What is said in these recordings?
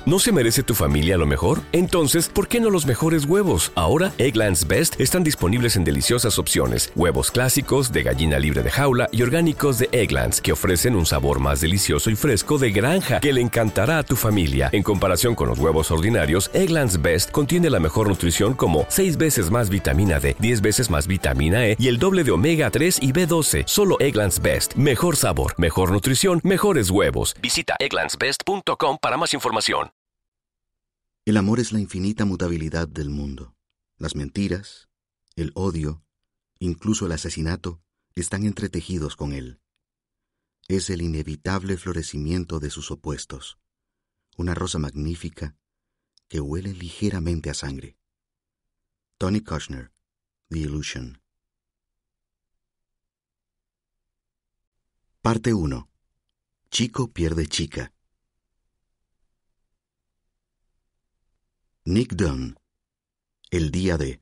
¿No se merece tu familia lo mejor? Entonces, ¿por qué no los mejores huevos? Ahora, Eggland's Best están disponibles en deliciosas opciones. Huevos clásicos, de gallina libre de jaula y orgánicos de Eggland's, que ofrecen un sabor más delicioso y fresco de granja que le encantará a tu familia. En comparación con los huevos ordinarios, Eggland's Best contiene la mejor nutrición como 6 veces más vitamina D, 10 veces más vitamina E y el doble de omega 3 y B12. Solo Eggland's Best. Mejor sabor, mejor nutrición, mejores huevos. Visita egglandsbest.com para más información. El amor es la infinita mutabilidad del mundo. Las mentiras, el odio, incluso el asesinato, están entretejidos con él. Es el inevitable florecimiento de sus opuestos. Una rosa magnífica que huele ligeramente a sangre. Tony Kushner, The Illusion. Parte 1. Chico pierde chica. Nick Dunn. El día de.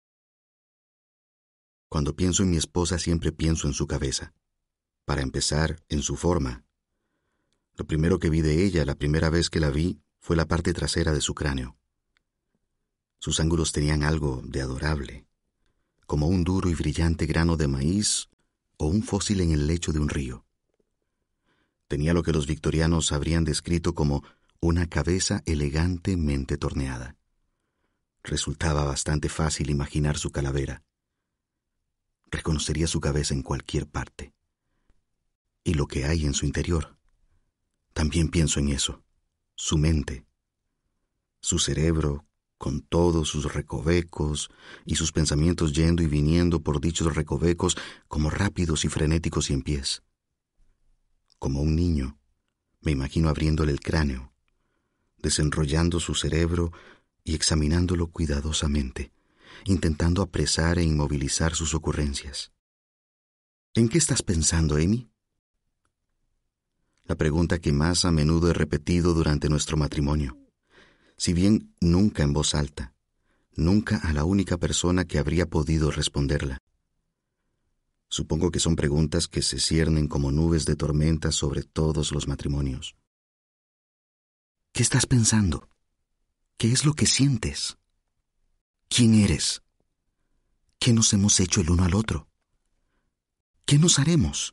Cuando pienso en mi esposa siempre pienso en su cabeza. Para empezar, en su forma. Lo primero que vi de ella, la primera vez que la vi, fue la parte trasera de su cráneo. Sus ángulos tenían algo de adorable, como un duro y brillante grano de maíz o un fósil en el lecho de un río. Tenía lo que los victorianos habrían descrito como una cabeza elegantemente torneada. Resultaba bastante fácil imaginar su calavera. Reconocería su cabeza en cualquier parte. Y lo que hay en su interior. También pienso en eso. Su mente. Su cerebro, con todos sus recovecos y sus pensamientos yendo y viniendo por dichos recovecos como rápidos y frenéticos y en pies. Como un niño, me imagino abriéndole el cráneo, desenrollando su cerebro y examinándolo cuidadosamente, intentando apresar e inmovilizar sus ocurrencias. ¿En qué estás pensando, Amy? La pregunta que más a menudo he repetido durante nuestro matrimonio, si bien nunca en voz alta, nunca a la única persona que habría podido responderla. Supongo que son preguntas que se ciernen como nubes de tormenta sobre todos los matrimonios. ¿Qué estás pensando? ¿Qué es lo que sientes? ¿Quién eres? ¿Qué nos hemos hecho el uno al otro? ¿Qué nos haremos?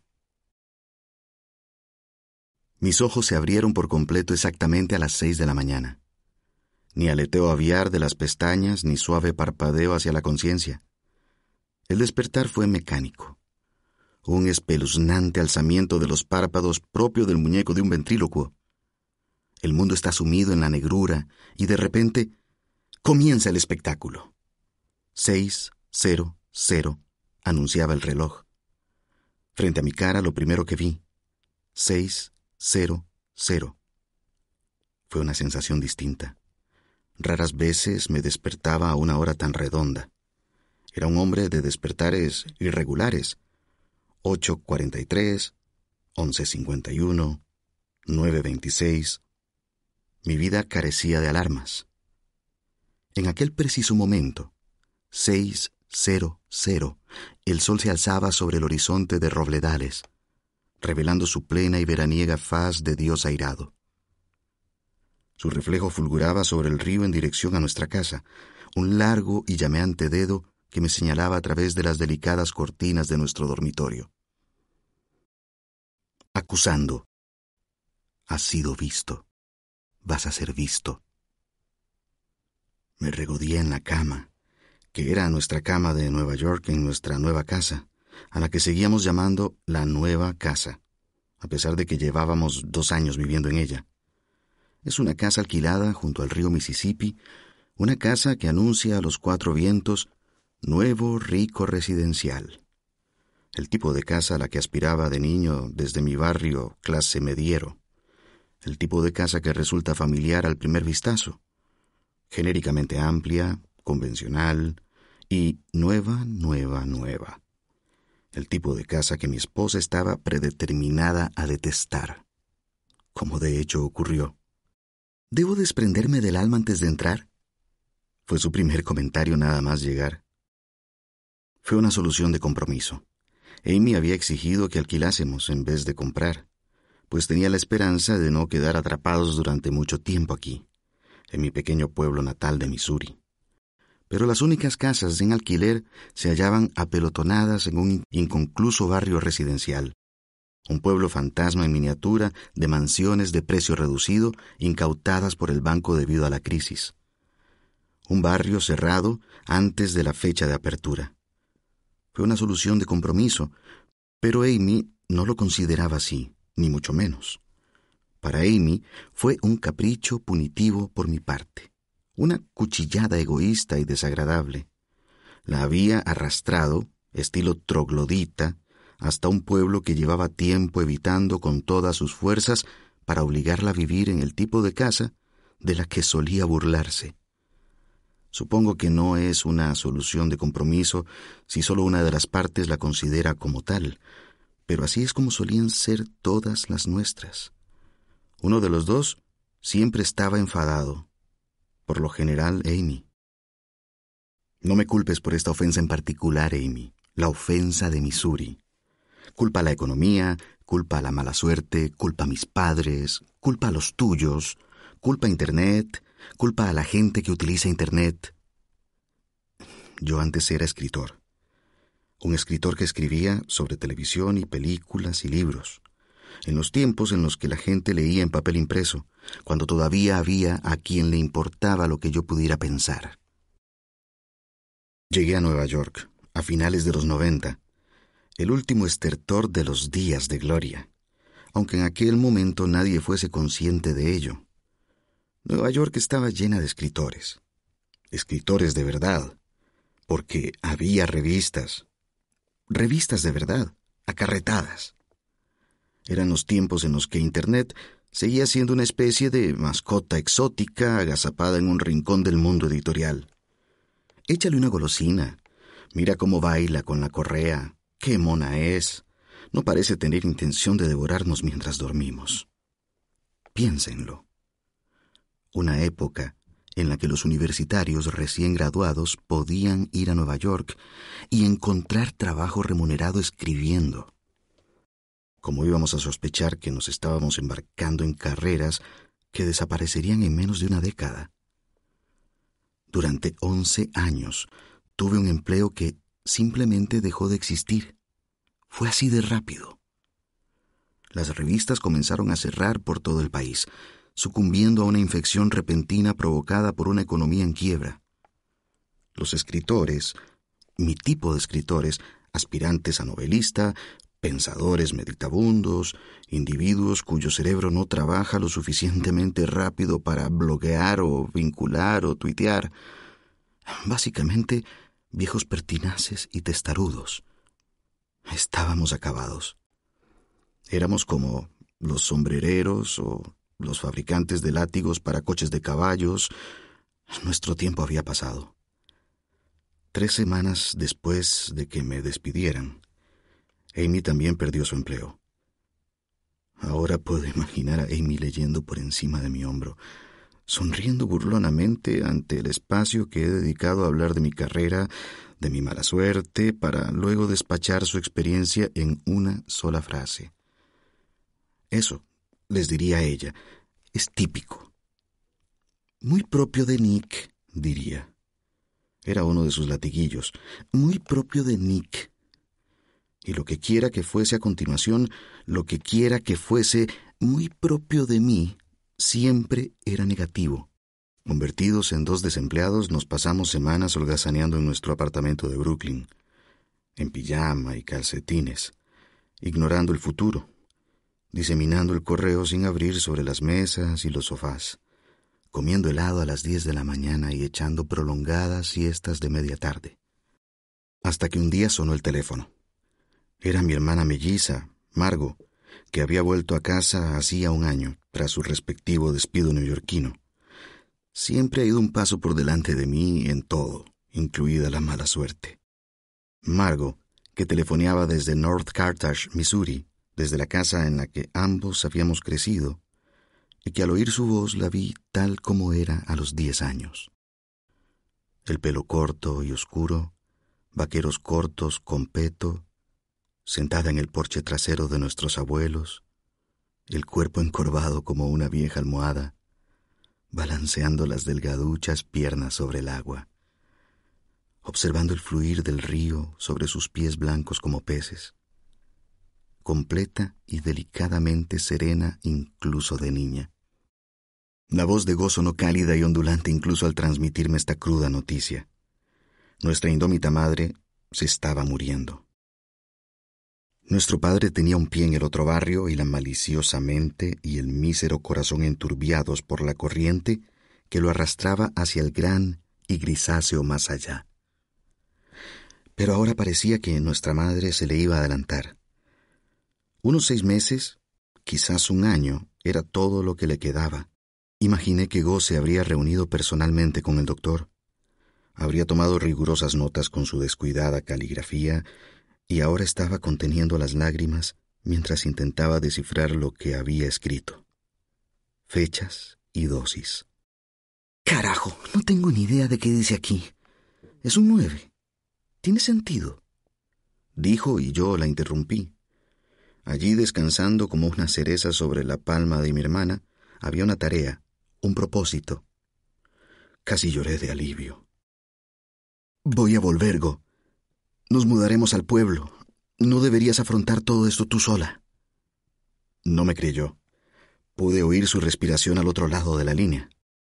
Mis ojos se abrieron por completo exactamente a las 6 de la mañana. Ni aleteo aviar de las pestañas, ni suave parpadeo hacia la conciencia. El despertar fue mecánico. Un espeluznante alzamiento de los párpados propio del muñeco de un ventrílocuo. El mundo está sumido en la negrura y de repente comienza el espectáculo. 6:00, anunciaba el reloj. Frente a mi cara lo primero que vi, 6:00. Fue una sensación distinta. Raras veces me despertaba a una hora tan redonda. Era un hombre de despertares irregulares. 8:43, 11:51, 9:26. Mi vida carecía de alarmas. En aquel preciso momento, 6:00, el sol se alzaba sobre el horizonte de robledales, revelando su plena y veraniega faz de Dios airado. Su reflejo fulguraba sobre el río en dirección a nuestra casa, un largo y llameante dedo que me señalaba a través de las delicadas cortinas de nuestro dormitorio. Acusando. Has sido visto. Vas a ser visto. Me regodía en la cama, que era nuestra cama de Nueva York en nuestra nueva casa, a la que seguíamos llamando la nueva casa, a pesar de que llevábamos 2 años viviendo en ella. Es una casa alquilada junto al río Mississippi, una casa que anuncia a los 4 vientos nuevo rico residencial. El tipo de casa a la que aspiraba de niño desde mi barrio clase mediero. El tipo de casa que resulta familiar al primer vistazo. Genéricamente amplia, convencional y nueva. El tipo de casa que mi esposa estaba predeterminada a detestar. Como de hecho ocurrió. ¿Debo desprenderme del alma antes de entrar? Fue su primer comentario nada más llegar. Fue una solución de compromiso. Amy había exigido que alquilásemos en vez de comprar, pues tenía la esperanza de no quedar atrapados durante mucho tiempo aquí. en mi pequeño pueblo natal de Missouri. Pero las únicas casas en alquiler se hallaban apelotonadas en un inconcluso barrio residencial. Un pueblo fantasma en miniatura de mansiones de precio reducido incautadas por el banco debido a la crisis. Un barrio cerrado antes de la fecha de apertura. Fue una solución de compromiso, pero Amy no lo consideraba así, ni mucho menos. Para Amy fue un capricho punitivo por mi parte, una cuchillada egoísta y desagradable. La había arrastrado, estilo troglodita, hasta un pueblo que llevaba tiempo evitando con todas sus fuerzas para obligarla a vivir en el tipo de casa de la que solía burlarse. Supongo que no es una solución de compromiso si solo una de las partes la considera como tal, pero así es como solían ser todas las nuestras. Uno de los dos siempre estaba enfadado, por lo general Amy. No me culpes por esta ofensa en particular, Amy, la ofensa de Missouri. Culpa a la economía, culpa a la mala suerte, culpa a mis padres, culpa a los tuyos, culpa a Internet, culpa a la gente que utiliza Internet. Yo antes era escritor. Un escritor que escribía sobre televisión y películas y libros. En los tiempos en los que la gente leía en papel impreso, cuando todavía había a quien le importaba lo que yo pudiera pensar. Llegué a Nueva York a finales de los 90, el último estertor de los días de gloria, aunque en aquel momento nadie fuese consciente de ello. Nueva York estaba llena de escritores de verdad, porque había revistas de verdad, acarretadas. Eran los tiempos en los que Internet seguía siendo una especie de mascota exótica agazapada en un rincón del mundo editorial. Échale una golosina, mira cómo baila con la correa, qué mona es, no parece tener intención de devorarnos mientras dormimos. Piénsenlo. Una época en la que los universitarios recién graduados podían ir a Nueva York y encontrar trabajo remunerado escribiendo. ¿Cómo íbamos a sospechar que nos estábamos embarcando en carreras que desaparecerían en menos de una década? Durante 11 años tuve un empleo que simplemente dejó de existir. Fue así de rápido. Las revistas comenzaron a cerrar por todo el país, sucumbiendo a una infección repentina provocada por una economía en quiebra. Los escritores, mi tipo de escritores, aspirantes a novelista, pensadores meditabundos, individuos cuyo cerebro no trabaja lo suficientemente rápido para bloguear o vincular o tuitear. Básicamente, viejos pertinaces y testarudos. Estábamos acabados. Éramos como los sombrereros o los fabricantes de látigos para coches de caballos. Nuestro tiempo había pasado. 3 semanas después de que me despidieran, Amy también perdió su empleo. Ahora puedo imaginar a Amy leyendo por encima de mi hombro, sonriendo burlonamente ante el espacio que he dedicado a hablar de mi carrera, de mi mala suerte, para luego despachar su experiencia en una sola frase. Eso, les diría a ella, es típico. Muy propio de Nick, diría. Era uno de sus latiguillos, muy propio de Nick. Y lo que quiera que fuese a continuación, lo que quiera que fuese muy propio de mí, siempre era negativo. Convertidos en 2 desempleados, nos pasamos semanas holgazaneando en nuestro apartamento de Brooklyn, en pijama y calcetines, ignorando el futuro, diseminando el correo sin abrir sobre las mesas y los sofás, comiendo helado a las 10 de la mañana y echando prolongadas siestas de media tarde. Hasta que un día sonó el teléfono. Era mi hermana melliza, Margo, que había vuelto a casa hacía 1 año, tras su respectivo despido neoyorquino. Siempre ha ido un paso por delante de mí en todo, incluida la mala suerte. Margo, que telefoneaba desde North Carthage, Missouri, desde la casa en la que ambos habíamos crecido, y que al oír su voz la vi tal como era a los 10 años. El pelo corto y oscuro, vaqueros cortos con peto, sentada en el porche trasero de nuestros abuelos, el cuerpo encorvado como una vieja almohada, balanceando las delgaduchas piernas sobre el agua, observando el fluir del río sobre sus pies blancos como peces, completa y delicadamente serena incluso de niña. La voz de Go sonó cálida y ondulante incluso al transmitirme esta cruda noticia. Nuestra indómita madre se estaba muriendo. Nuestro padre tenía un pie en el otro barrio y la maliciosa mente y el mísero corazón enturbiados por la corriente que lo arrastraba hacia el gran y grisáceo más allá. Pero ahora parecía que nuestra madre se le iba a adelantar. Unos 6 meses, quizás un año, era todo lo que le quedaba. Imaginé que Go se habría reunido personalmente con el doctor. Habría tomado rigurosas notas con su descuidada caligrafía y ahora estaba conteniendo las lágrimas mientras intentaba descifrar lo que había escrito. Fechas y dosis. «Carajo, no tengo ni idea de qué dice aquí. Es un 9. Tiene sentido», dijo y yo la interrumpí. Allí, descansando como una cereza sobre la palma de mi hermana, había una tarea, un propósito. Casi lloré de alivio. «Voy a volver, Go. Nos mudaremos al pueblo. No deberías afrontar todo esto tú sola». No me creyó. Pude oír su respiración al otro lado de la línea.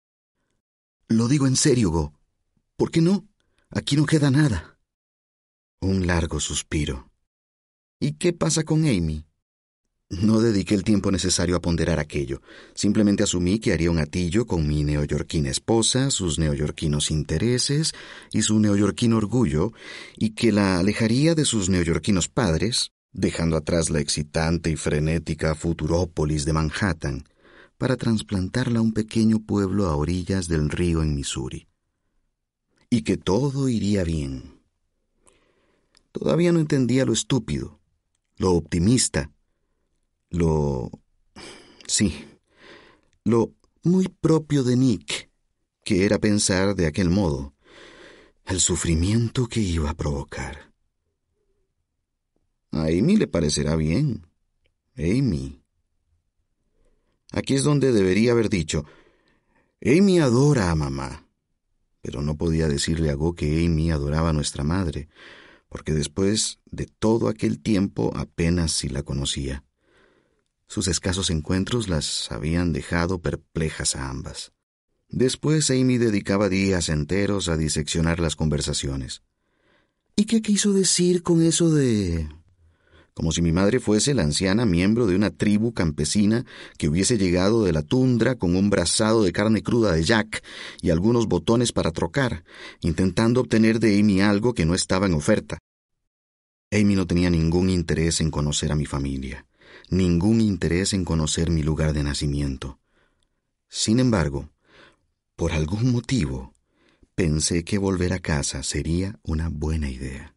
«Lo digo en serio, Go. ¿Por qué no? Aquí no queda nada». Un largo suspiro. «¿Y qué pasa con Amy?» No dediqué el tiempo necesario a ponderar aquello. Simplemente asumí que haría un atillo con mi neoyorquina esposa, sus neoyorquinos intereses y su neoyorquino orgullo, y que la alejaría de sus neoyorquinos padres, dejando atrás la excitante y frenética futurópolis de Manhattan, para trasplantarla a un pequeño pueblo a orillas del río en Missouri. Y que todo iría bien. Todavía no entendía lo estúpido, lo optimista, lo muy propio de Nick, que era pensar de aquel modo, el sufrimiento que iba a provocar. A Amy le parecerá bien. Amy. Aquí es donde debería haber dicho, Amy adora a mamá. Pero no podía decirle a Go que Amy adoraba a nuestra madre, porque después de todo aquel tiempo apenas si la conocía. Sus escasos encuentros las habían dejado perplejas a ambas. Después Amy dedicaba días enteros a diseccionar las conversaciones. ¿Y qué quiso decir con eso de...? Como si mi madre fuese la anciana miembro de una tribu campesina que hubiese llegado de la tundra con un brazado de carne cruda de Jack y algunos botones para trocar, intentando obtener de Amy algo que no estaba en oferta. Amy no tenía ningún interés en conocer a mi familia, ningún interés en conocer mi lugar de nacimiento. Sin embargo, por algún motivo, pensé que volver a casa sería una buena idea.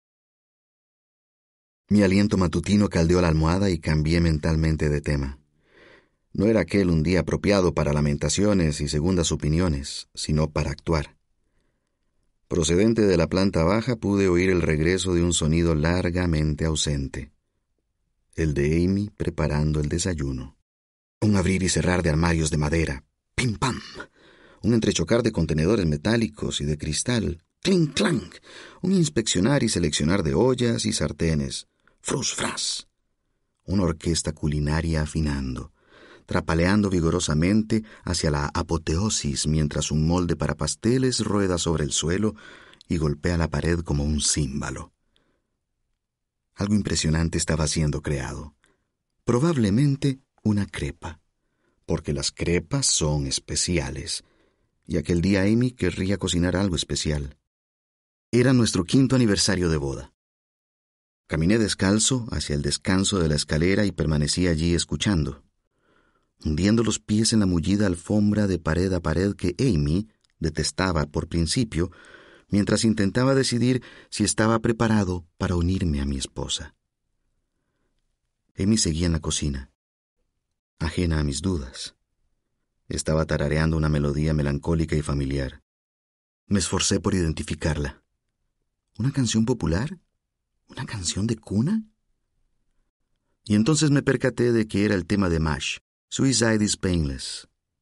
Mi aliento matutino caldeó la almohada y cambié mentalmente de tema. No era aquel un día apropiado para lamentaciones y segundas opiniones, sino para actuar. Procedente de la planta baja pude oír el regreso de un sonido largamente ausente. El de Amy preparando el desayuno. Un abrir y cerrar de armarios de madera. ¡Pim, pam! Un entrechocar de contenedores metálicos y de cristal. ¡Clink, clank! Un inspeccionar y seleccionar de ollas y sartenes. ¡Frus, fras! Una orquesta culinaria afinando, trapaleando vigorosamente hacia la apoteosis mientras un molde para pasteles rueda sobre el suelo y golpea la pared como un címbalo. Algo impresionante estaba siendo creado. Probablemente una crepa, porque las crepas son especiales, y aquel día Amy querría cocinar algo especial. Era nuestro 5º aniversario de boda. Caminé descalzo hacia el descanso de la escalera y permanecí allí escuchando, hundiendo los pies en la mullida alfombra de pared a pared que Amy detestaba por principio, mientras intentaba decidir si estaba preparado para unirme a mi esposa. Amy seguía en la cocina, ajena a mis dudas. Estaba tarareando una melodía melancólica y familiar. Me esforcé por identificarla. ¿Una canción popular? ¿Una canción de cuna? Y entonces me percaté de que era el tema de MASH, Suicide is Painless,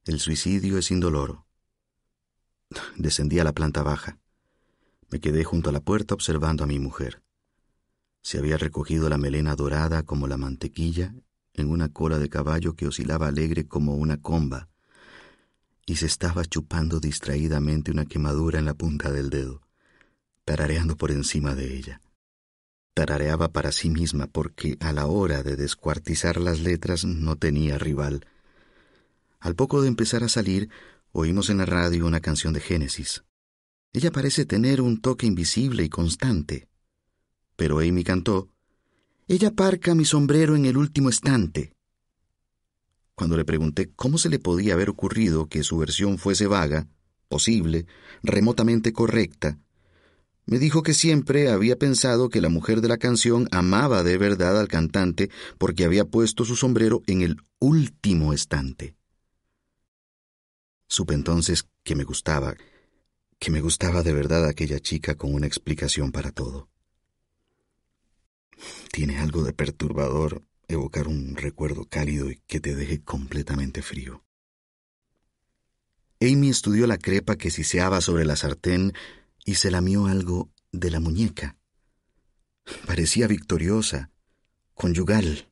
El suicidio es indoloro. Descendí a la planta baja. Me quedé junto a la puerta observando a mi mujer. Se había recogido la melena dorada como la mantequilla en una cola de caballo que oscilaba alegre como una comba, y se estaba chupando distraídamente una quemadura en la punta del dedo, tarareando por encima de ella. Tarareaba para sí misma porque a la hora de descuartizar las letras no tenía rival. Al poco de empezar a salir, oímos en la radio una canción de Génesis. Ella parece tener un toque invisible y constante. Pero Amy cantó: «Ella parca mi sombrero en el último estante». Cuando le pregunté cómo se le podía haber ocurrido que su versión fuese vaga, posible, remotamente correcta, me dijo que siempre había pensado que la mujer de la canción amaba de verdad al cantante porque había puesto su sombrero en el último estante. Supe entonces que me gustaba de verdad aquella chica con una explicación para todo. Tiene algo de perturbador evocar un recuerdo cálido y que te deje completamente frío. Amy estudió la crepa que siseaba sobre la sartén y se lamió algo de la muñeca. Parecía victoriosa, conyugal.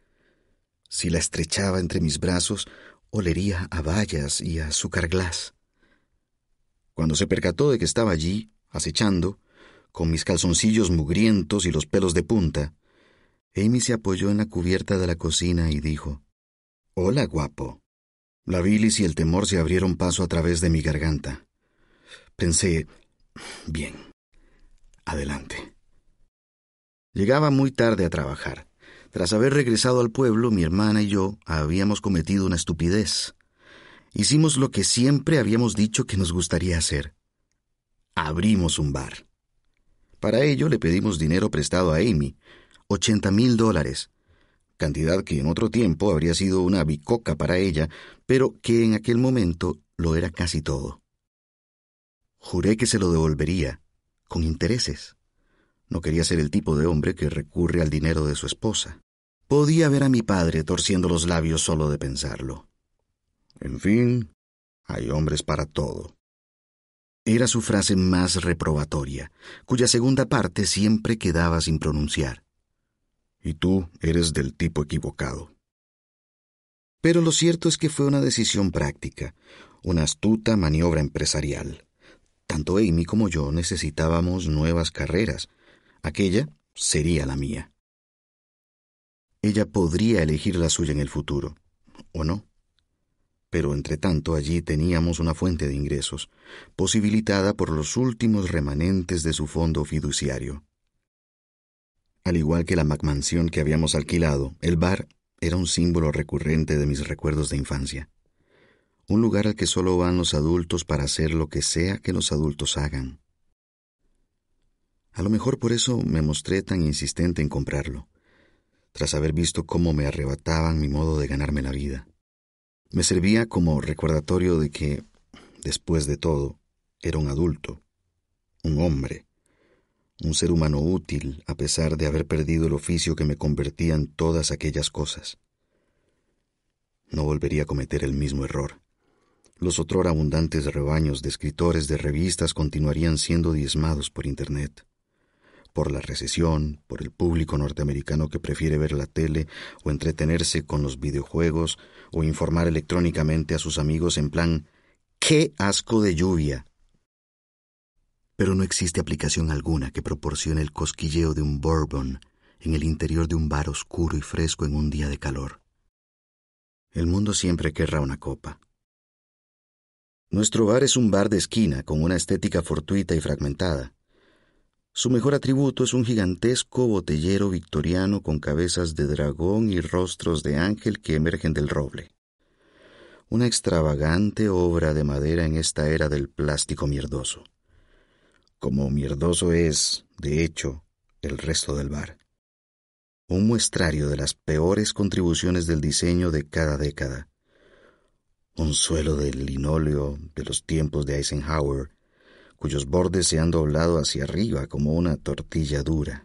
Si la estrechaba entre mis brazos, olería a bayas y a azúcar glass. Cuando se percató de que estaba allí, acechando, con mis calzoncillos mugrientos y los pelos de punta, Amy se apoyó en la cubierta de la cocina y dijo: «Hola, guapo». La bilis y el temor se abrieron paso a través de mi garganta. Pensé: bien, adelante. Llegaba muy tarde a trabajar. Tras haber regresado al pueblo, mi hermana y yo habíamos cometido una estupidez. Hicimos lo que siempre habíamos dicho que nos gustaría hacer. Abrimos un bar. Para ello le pedimos dinero prestado a Amy, $80,000, cantidad que en otro tiempo habría sido una bicoca para ella, pero que en aquel momento lo era casi todo. Juré que se lo devolvería, con intereses. No quería ser el tipo de hombre que recurre al dinero de su esposa. Podía ver a mi padre torciendo los labios solo de pensarlo. En fin, hay hombres para todo. Era su frase más reprobatoria, cuya segunda parte siempre quedaba sin pronunciar. Y tú eres del tipo equivocado. Pero lo cierto es que fue una decisión práctica, una astuta maniobra empresarial. Tanto Amy como yo necesitábamos nuevas carreras. Aquella sería la mía. Ella podría elegir la suya en el futuro, ¿o no? Pero entretanto allí teníamos una fuente de ingresos, posibilitada por los últimos remanentes de su fondo fiduciario. Al igual que la McMansión que habíamos alquilado, el bar era un símbolo recurrente de mis recuerdos de infancia. Un lugar al que solo van los adultos para hacer lo que sea que los adultos hagan. A lo mejor por eso me mostré tan insistente en comprarlo, tras haber visto cómo me arrebataban mi modo de ganarme la vida. Me servía como recordatorio de que, después de todo, era un adulto, un hombre, un ser humano útil a pesar de haber perdido el oficio que me convertía en todas aquellas cosas. No volvería a cometer el mismo error. Los otrora abundantes rebaños de escritores de revistas continuarían siendo diezmados por Internet. Por la recesión, por el público norteamericano que prefiere ver la tele o entretenerse con los videojuegos o informar electrónicamente a sus amigos en plan ¡qué asco de lluvia! Pero no existe aplicación alguna que proporcione el cosquilleo de un bourbon en el interior de un bar oscuro y fresco en un día de calor. El mundo siempre querrá una copa. Nuestro bar es un bar de esquina con una estética fortuita y fragmentada. Su mejor atributo es un gigantesco botellero victoriano con cabezas de dragón y rostros de ángel que emergen del roble. Una extravagante obra de madera en esta era del plástico mierdoso. Como mierdoso es, de hecho, el resto del bar. Un muestrario de las peores contribuciones del diseño de cada década. Un suelo de linóleo de los tiempos de Eisenhower, cuyos bordes se han doblado hacia arriba como una tortilla dura.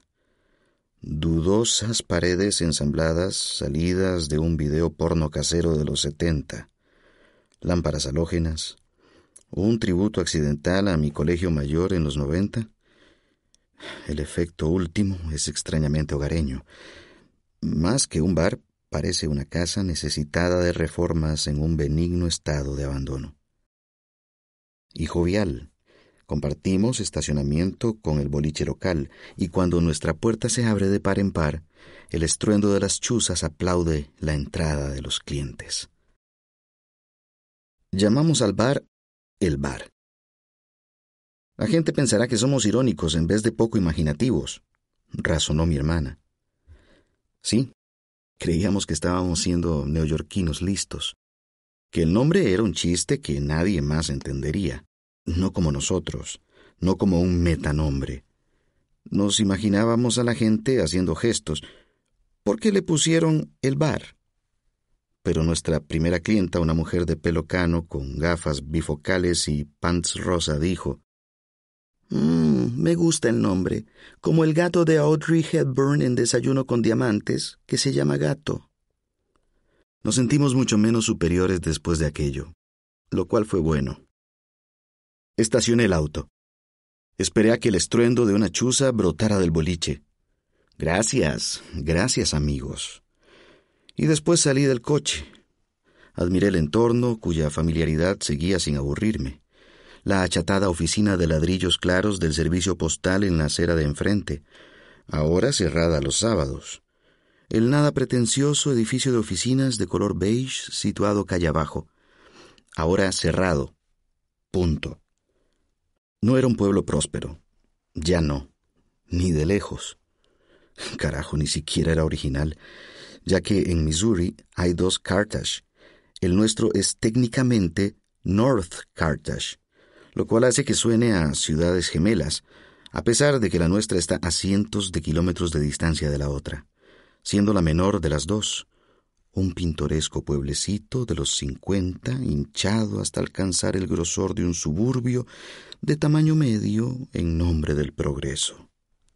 Dudosas paredes ensambladas salidas de un video porno casero de los 70. lámparas halógenas, un tributo accidental a mi colegio mayor en los 90. El efecto último es extrañamente hogareño. Más que un bar, parece una casa necesitada de reformas en un benigno estado de abandono. Y jovial. Compartimos estacionamiento con el boliche local, y cuando nuestra puerta se abre de par en par, el estruendo de las chuzas aplaude la entrada de los clientes. Llamamos al bar el bar. La gente pensará que somos irónicos en vez de poco imaginativos, razonó mi hermana. Sí, creíamos que estábamos siendo neoyorquinos listos, que el nombre era un chiste que nadie más entendería, no como nosotros, no como un metanombre. Nos imaginábamos a la gente haciendo gestos, porque le pusieron el bar. Pero nuestra primera clienta, una mujer de pelo cano, con gafas bifocales y pants rosa, dijo: me gusta el nombre, como el gato de Audrey Hepburn en Desayuno con Diamantes, que se llama Gato. Nos sentimos mucho menos superiores después de aquello, lo cual fue bueno. Estacioné el auto. Esperé a que el estruendo de una chuza brotara del boliche. Gracias, amigos. Y después salí del coche. Admiré el entorno, cuya familiaridad seguía sin aburrirme. La achatada oficina de ladrillos claros del servicio postal en la acera de enfrente, ahora cerrada los sábados. El nada pretencioso edificio de oficinas de color beige situado calle abajo, ahora cerrado. Punto. No era un pueblo próspero. Ya no. Ni de lejos. Carajo, ni siquiera era original, ya que en Missouri hay 2 Carthage. El nuestro es técnicamente North Carthage, lo cual hace que suene a ciudades gemelas, a pesar de que la nuestra está a cientos de kilómetros de distancia de la otra, siendo la menor de las dos, un pintoresco pueblecito de los 50, hinchado hasta alcanzar el grosor de un suburbio de tamaño medio en nombre del progreso.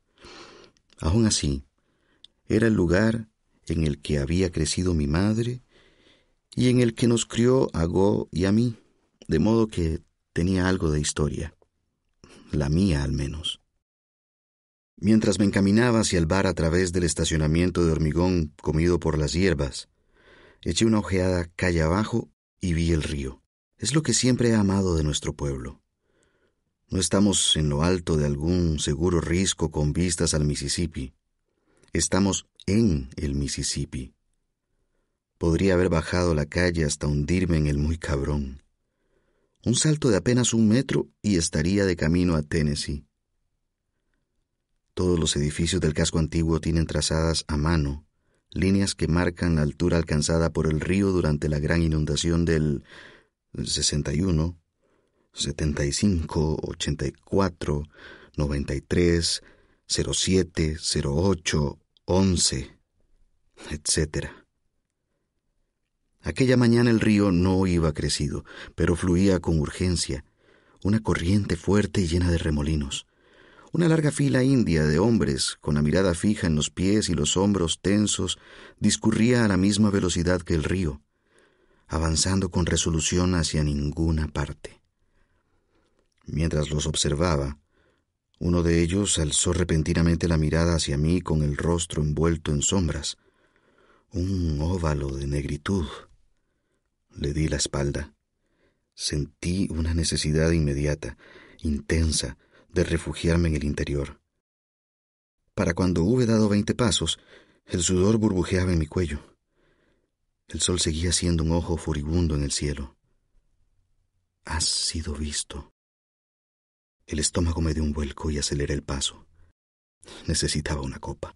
Aún así, era el lugar en el que había crecido mi madre y en el que nos crió a Go y a mí, de modo que tenía algo de historia, la mía al menos. Mientras me encaminaba hacia el bar a través del estacionamiento de hormigón comido por las hierbas, eché una ojeada calle abajo y vi el río. Es lo que siempre he amado de nuestro pueblo. No estamos en lo alto de algún seguro risco con vistas al Mississippi. Estamos en el Mississippi. Podría haber bajado la calle hasta hundirme en el muy cabrón. Un salto de apenas 1 metro y estaría de camino a Tennessee. Todos los edificios del casco antiguo tienen trazadas a mano líneas que marcan la altura alcanzada por el río durante la gran inundación del 61, 75, 84, 93, 07, 08, 11, etc. Aquella mañana el río no iba crecido, pero fluía con urgencia, una corriente fuerte y llena de remolinos. Una larga fila india de hombres, con la mirada fija en los pies y los hombros tensos, discurría a la misma velocidad que el río, avanzando con resolución hacia ninguna parte. Mientras los observaba, uno de ellos alzó repentinamente la mirada hacia mí con el rostro envuelto en sombras, un óvalo de negritud. Le di la espalda. Sentí una necesidad inmediata, intensa, de refugiarme en el interior. Para cuando hube dado 20 pasos, el sudor burbujeaba en mi cuello. El sol seguía siendo un ojo furibundo en el cielo. Has sido visto. El estómago me dio un vuelco y aceleré el paso. Necesitaba una copa.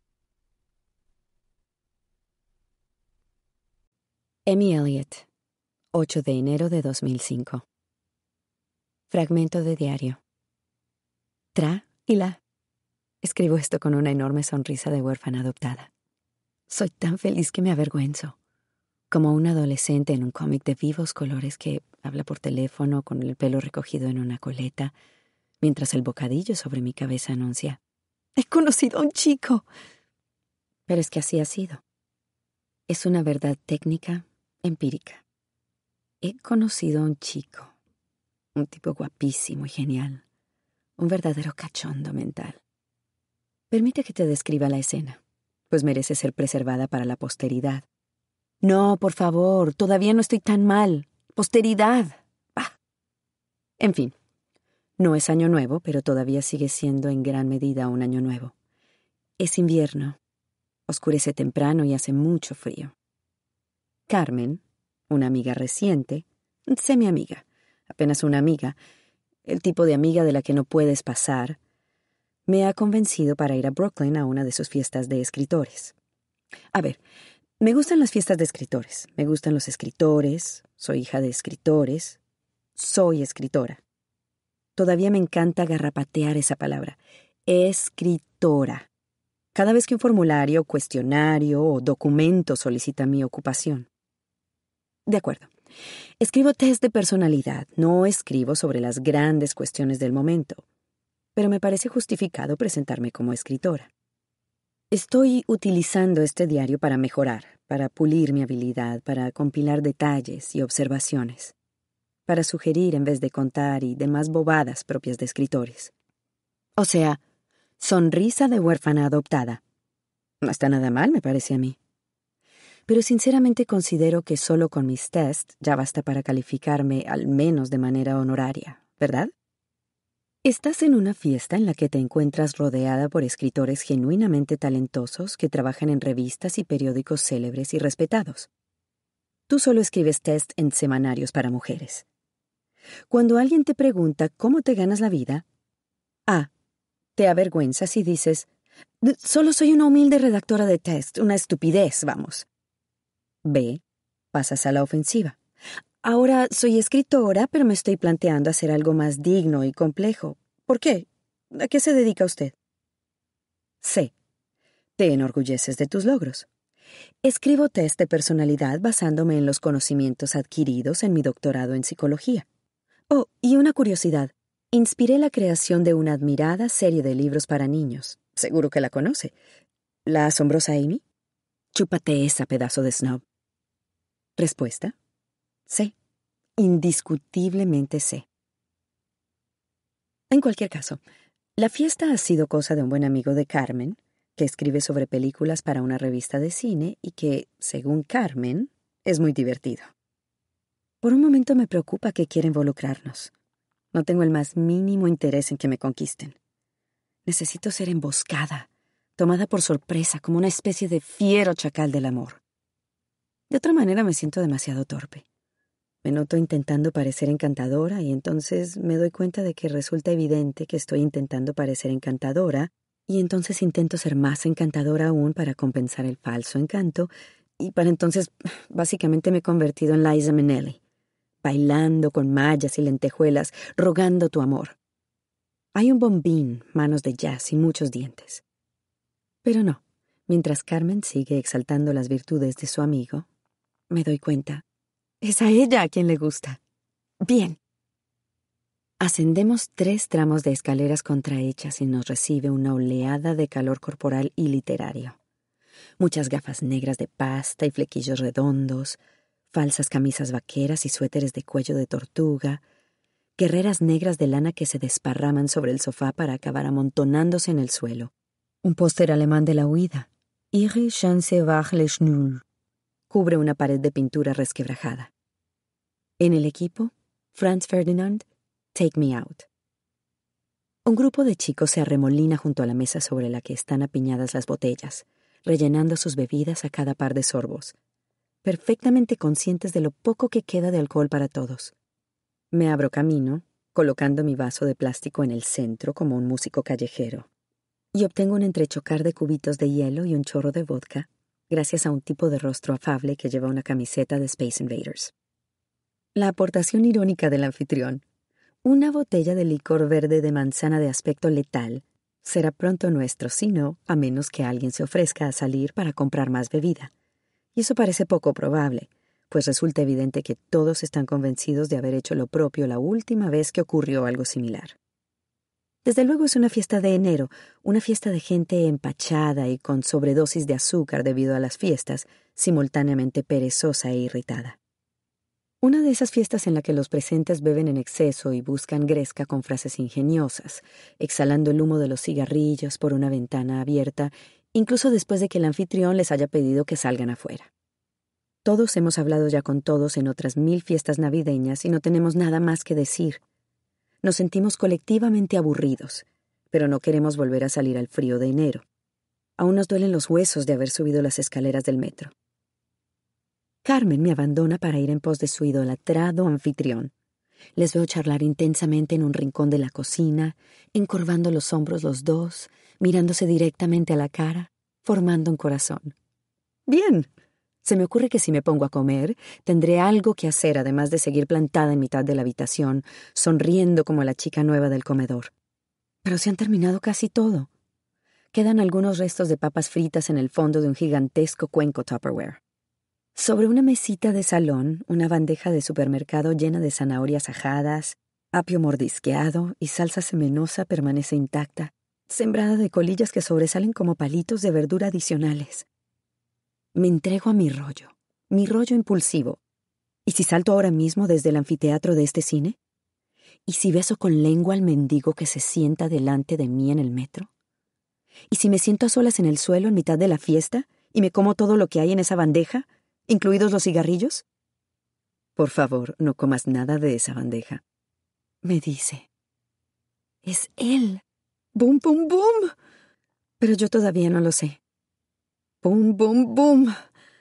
Amy Elliott, 8 de enero de 2005. Fragmento de diario. Tra y la. Escribo esto con una enorme sonrisa de huérfana adoptada. Soy tan feliz que me avergüenzo. Como un adolescente en un cómic de vivos colores que habla por teléfono con el pelo recogido en una coleta, mientras el bocadillo sobre mi cabeza anuncia: «He conocido a un chico». Pero es que así ha sido. Es una verdad técnica, empírica. He conocido a un chico, un tipo guapísimo y genial, un verdadero cachondo mental. Permite que te describa la escena, pues merece ser preservada para la posteridad. No, por favor, todavía no estoy tan mal. Posteridad. ¡Bah! En fin, no es año nuevo, pero todavía sigue siendo en gran medida un año nuevo. Es invierno. Oscurece temprano y hace mucho frío. Carmen, una amiga reciente, semi-amiga, apenas una amiga, el tipo de amiga de la que no puedes pasar, me ha convencido para ir a Brooklyn a una de sus fiestas de escritores. A ver, me gustan las fiestas de escritores, me gustan los escritores, soy hija de escritores, soy escritora. Todavía me encanta garrapatear esa palabra, escritora. Cada vez que un formulario, cuestionario o documento solicita mi ocupación. De acuerdo. Escribo test de personalidad, no escribo sobre las grandes cuestiones del momento, pero me parece justificado presentarme como escritora. Estoy utilizando este diario para mejorar, para pulir mi habilidad, para compilar detalles y observaciones, para sugerir en vez de contar y demás bobadas propias de escritores. O sea, sonrisa de huérfana adoptada. No está nada mal, me parece a mí. Pero sinceramente considero que solo con mis tests ya basta para calificarme al menos de manera honoraria, ¿verdad? Estás en una fiesta en la que te encuentras rodeada por escritores genuinamente talentosos que trabajan en revistas y periódicos célebres y respetados. Tú solo escribes test en semanarios para mujeres. Cuando alguien te pregunta cómo te ganas la vida, A. Te avergüenzas y dices, solo soy una humilde redactora de test, una estupidez, vamos. B. Pasas a la ofensiva. Ahora soy escritora, pero me estoy planteando hacer algo más digno y complejo. ¿Por qué? ¿A qué se dedica usted? C. Te enorgulleces de tus logros. Escribo test de personalidad basándome en los conocimientos adquiridos en mi doctorado en psicología. Oh, y una curiosidad. Inspiré la creación de una admirada serie de libros para niños. Seguro que la conoce. ¿La asombrosa Amy? Chúpate esa, pedazo de snob. Respuesta. C. Indiscutiblemente C. En cualquier caso, la fiesta ha sido cosa de un buen amigo de Carmen, que escribe sobre películas para una revista de cine y que, según Carmen, es muy divertido. Por un momento me preocupa que quiera involucrarnos. No tengo el más mínimo interés en que me conquisten. Necesito ser emboscada, tomada por sorpresa como una especie de fiero chacal del amor. De otra manera me siento demasiado torpe. Me noto intentando parecer encantadora y entonces me doy cuenta de que resulta evidente que estoy intentando parecer encantadora y entonces intento ser más encantadora aún para compensar el falso encanto y para entonces básicamente me he convertido en Liza Minnelli, bailando con mallas y lentejuelas, rogando tu amor. Hay un bombín, manos de jazz y muchos dientes. Pero no, mientras Carmen sigue exaltando las virtudes de su amigo, me doy cuenta. Es a ella a quien le gusta. Bien. Ascendemos 3 tramos de escaleras contrahechas y nos recibe una oleada de calor corporal y literario. Muchas gafas negras de pasta y flequillos redondos, falsas camisas vaqueras y suéteres de cuello de tortuga, guerreras negras de lana que se desparraman sobre el sofá para acabar amontonándose en el suelo. Un póster alemán de la huida, Ihre Chance war le Schnull, cubre una pared de pintura resquebrajada. En el equipo, Franz Ferdinand, Take Me Out. Un grupo de chicos se arremolina junto a la mesa sobre la que están apiñadas las botellas, rellenando sus bebidas a cada par de sorbos, perfectamente conscientes de lo poco que queda de alcohol para todos. Me abro camino, colocando mi vaso de plástico en el centro como un músico callejero, y obtengo un entrechocar de cubitos de hielo y un chorro de vodka, gracias a un tipo de rostro afable que lleva una camiseta de Space Invaders. La aportación irónica del anfitrión, una botella de licor verde de manzana de aspecto letal, será pronto nuestro, si no, a menos que alguien se ofrezca a salir para comprar más bebida. Y eso parece poco probable, pues resulta evidente que todos están convencidos de haber hecho lo propio la última vez que ocurrió algo similar. Desde luego es una fiesta de enero, una fiesta de gente empachada y con sobredosis de azúcar debido a las fiestas, simultáneamente perezosa e irritada. Una de esas fiestas en la que los presentes beben en exceso y buscan gresca con frases ingeniosas, exhalando el humo de los cigarrillos por una ventana abierta, incluso después de que el anfitrión les haya pedido que salgan afuera. Todos hemos hablado ya con todos en otras 1000 fiestas navideñas y no tenemos nada más que decir. Nos sentimos colectivamente aburridos, pero no queremos volver a salir al frío de enero. Aún nos duelen los huesos de haber subido las escaleras del metro. Carmen me abandona para ir en pos de su idolatrado anfitrión. Les veo charlar intensamente en un rincón de la cocina, encorvando los hombros los dos, mirándose directamente a la cara, formando un corazón. Bien. Se me ocurre que si me pongo a comer, tendré algo que hacer además de seguir plantada en mitad de la habitación, sonriendo como la chica nueva del comedor. Pero se han terminado casi todo. Quedan algunos restos de papas fritas en el fondo de un gigantesco cuenco Tupperware. Sobre una mesita de salón, una bandeja de supermercado llena de zanahorias ajadas, apio mordisqueado y salsa semenosa permanece intacta, sembrada de colillas que sobresalen como palitos de verdura adicionales. Me entrego a mi rollo impulsivo. ¿Y si salto ahora mismo desde el anfiteatro de este cine? ¿Y si beso con lengua al mendigo que se sienta delante de mí en el metro? ¿Y si me siento a solas en el suelo en mitad de la fiesta y me como todo lo que hay en esa bandeja, incluidos los cigarrillos? Por favor, no comas nada de esa bandeja. Me dice. Es él. ¡Bum, bum, bum! Pero yo todavía no lo sé. ¡Bum, bum, bum!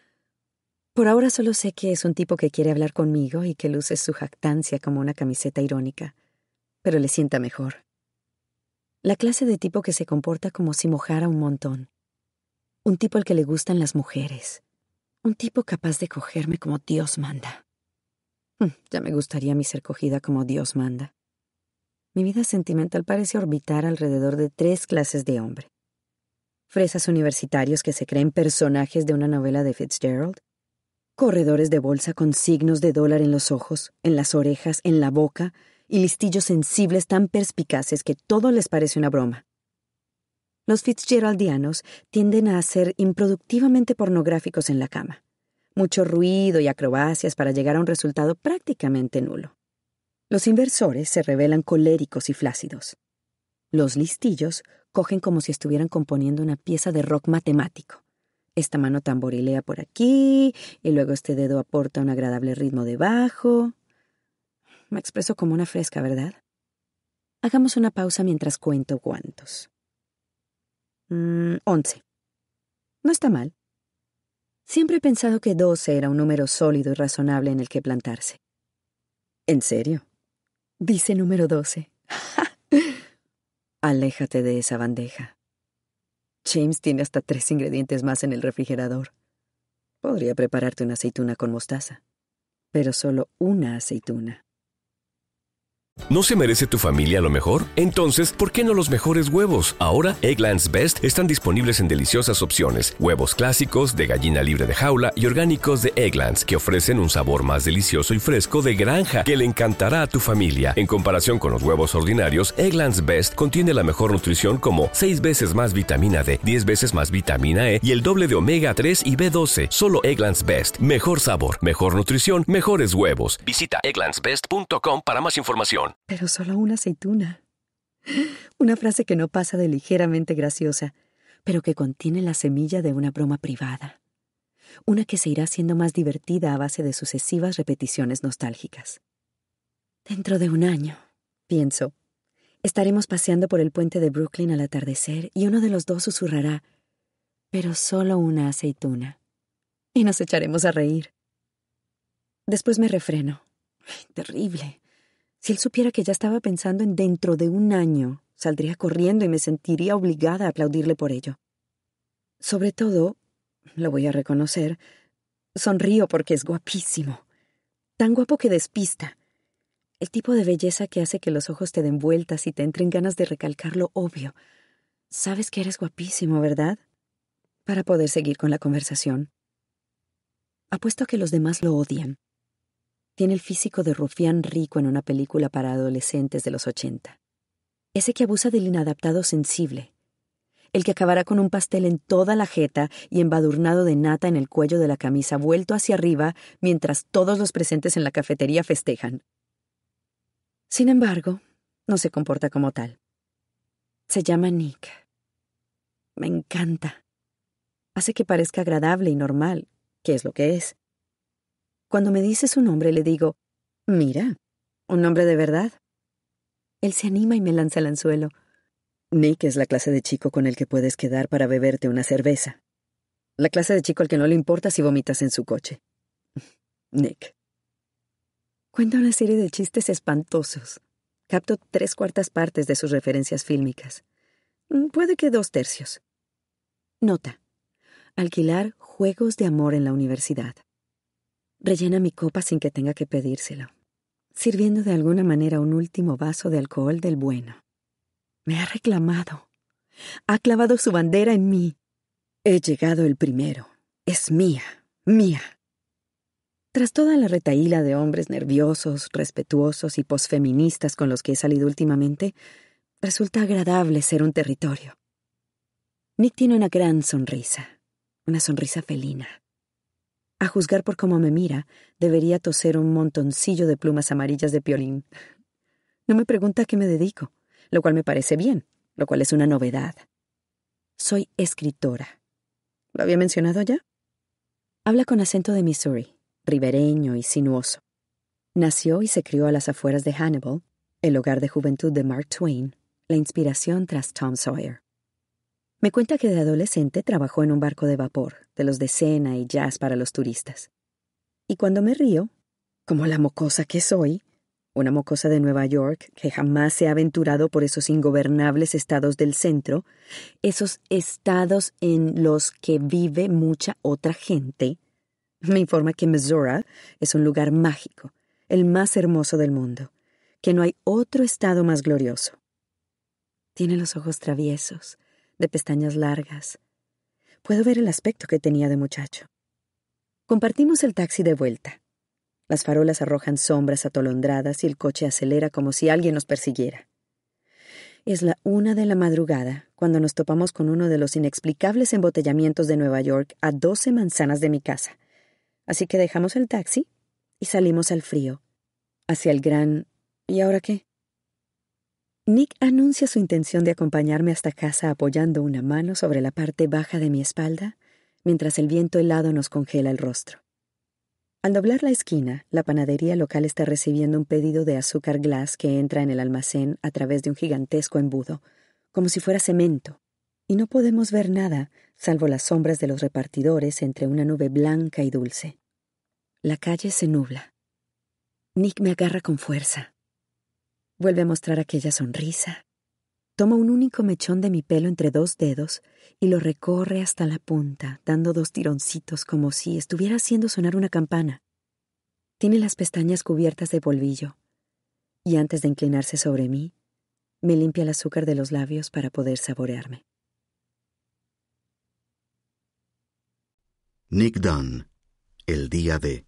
Por ahora solo sé que es un tipo que quiere hablar conmigo y que luce su jactancia como una camiseta irónica, pero le sienta mejor. La clase de tipo que se comporta como si mojara un montón. Un tipo al que le gustan las mujeres. Un tipo capaz de cogerme como Dios manda. Ya me gustaría a mí ser cogida como Dios manda. Mi vida sentimental parece orbitar alrededor de 3 clases de hombre. Fresas universitarios que se creen personajes de una novela de Fitzgerald. Corredores de bolsa con signos de dólar en los ojos, en las orejas, en la boca, y listillos sensibles tan perspicaces que todo les parece una broma. Los Fitzgeraldianos tienden a ser improductivamente pornográficos en la cama. Mucho ruido y acrobacias para llegar a un resultado prácticamente nulo. Los inversores se revelan coléricos y flácidos. Los listillos cogen como si estuvieran componiendo una pieza de rock matemático. Esta mano tamborilea por aquí, y luego este dedo aporta un agradable ritmo de bajo. Me expreso como una fresca, ¿verdad? Hagamos una pausa mientras cuento cuántos. 11. No está mal. Siempre he pensado que 12 era un número sólido y razonable en el que plantarse. ¿En serio? Dice número 12. Aléjate de esa bandeja. James tiene hasta 3 ingredientes más en el refrigerador. Podría prepararte una aceituna con mostaza, pero solo una aceituna. ¿No se merece tu familia lo mejor? Entonces, ¿por qué no los mejores huevos? Ahora, Eggland's Best están disponibles en deliciosas opciones. Huevos clásicos, de gallina libre de jaula y orgánicos de Eggland's, que ofrecen un sabor más delicioso y fresco de granja que le encantará a tu familia. En comparación con los huevos ordinarios, Eggland's Best contiene la mejor nutrición como 6 veces más vitamina D, 10 veces más vitamina E y el doble de omega 3 y B12. Solo Eggland's Best. Mejor sabor, mejor nutrición, mejores huevos. Visita egglandsbest.com para más información. Pero solo una aceituna. Una frase que no pasa de ligeramente graciosa, pero que contiene la semilla de una broma privada. Una que se irá haciendo más divertida a base de sucesivas repeticiones nostálgicas. Dentro de un año, pienso, estaremos paseando por el puente de Brooklyn al atardecer y uno de los dos susurrará, pero solo una aceituna. Y nos echaremos a reír. Después me refreno. Terrible. Si él supiera que ya estaba pensando en dentro de un año, saldría corriendo y me sentiría obligada a aplaudirle por ello. Sobre todo, lo voy a reconocer, sonrío porque es guapísimo. Tan guapo que despista. El tipo de belleza que hace que los ojos te den vueltas y te entren ganas de recalcar lo obvio. Sabes que eres guapísimo, ¿verdad? Para poder seguir con la conversación. Apuesto a que los demás lo odian. Tiene el físico de rufián rico en una película para adolescentes de los 80. Ese que abusa del inadaptado sensible. el que acabará con un pastel en toda la jeta y embadurnado de nata en el cuello de la camisa vuelto hacia arriba mientras todos los presentes en la cafetería festejan. Sin embargo, no se comporta como tal. Se llama Nick. Me encanta. Hace que parezca agradable y normal, que es lo que es. Cuando me dice su nombre le digo, mira, un nombre de verdad. Él se anima y me lanza el anzuelo. Nick es la clase de chico con el que puedes quedar para beberte una cerveza. La clase de chico al que no le importa si vomitas en su coche. Nick. Cuenta una serie de chistes espantosos. Capto 3/4 partes de sus referencias fílmicas. Puede que 2/3. Nota. Alquilar juegos de amor en la universidad. Rellena mi copa sin que tenga que pedírselo, sirviendo de alguna manera un último vaso de alcohol del bueno. Me ha reclamado. Ha clavado su bandera en mí. He llegado el primero. Es mía, mía. Tras toda la retahíla de hombres nerviosos, respetuosos y posfeministas con los que he salido últimamente, resulta agradable ser un territorio. Nick tiene una gran sonrisa, una sonrisa felina. A juzgar por cómo me mira, debería toser un montoncillo de plumas amarillas de piolín. No me pregunta a qué me dedico, lo cual me parece bien, lo cual es una novedad. Soy escritora. ¿Lo había mencionado ya? Habla con acento de Missouri, ribereño y sinuoso. Nació y se crió a las afueras de Hannibal, el hogar de juventud de Mark Twain, la inspiración tras Tom Sawyer. Me cuenta que de adolescente trabajó en un barco de vapor, de los de cena y jazz para los turistas. Y cuando me río, como la mocosa que soy, una mocosa de Nueva York que jamás se ha aventurado por esos ingobernables estados del centro, esos estados en los que vive mucha otra gente, me informa que Missouri es un lugar mágico, el más hermoso del mundo, que no hay otro estado más glorioso. Tiene los ojos traviesos, de pestañas largas. Puedo ver el aspecto que tenía de muchacho. Compartimos el taxi de vuelta. Las farolas arrojan sombras atolondradas y el coche acelera como si alguien nos persiguiera. Es la 1 de la madrugada cuando nos topamos con uno de los inexplicables embotellamientos de Nueva York a 12 manzanas de mi casa. Así que dejamos el taxi y salimos al frío, hacia el gran ¿y ahora qué? Nick anuncia su intención de acompañarme hasta casa apoyando una mano sobre la parte baja de mi espalda, mientras el viento helado nos congela el rostro. Al doblar la esquina, la panadería local está recibiendo un pedido de azúcar glass que entra en el almacén a través de un gigantesco embudo, como si fuera cemento, y no podemos ver nada, salvo las sombras de los repartidores entre una nube blanca y dulce. La calle se nubla. Nick me agarra con fuerza. Vuelve a mostrar aquella sonrisa. Toma un único mechón de mi pelo entre 2 dedos y lo recorre hasta la punta, dando 2 tironcitos como si estuviera haciendo sonar una campana. Tiene las pestañas cubiertas de polvillo, y antes de inclinarse sobre mí, me limpia el azúcar de los labios para poder saborearme. Nick Dunn, el día de.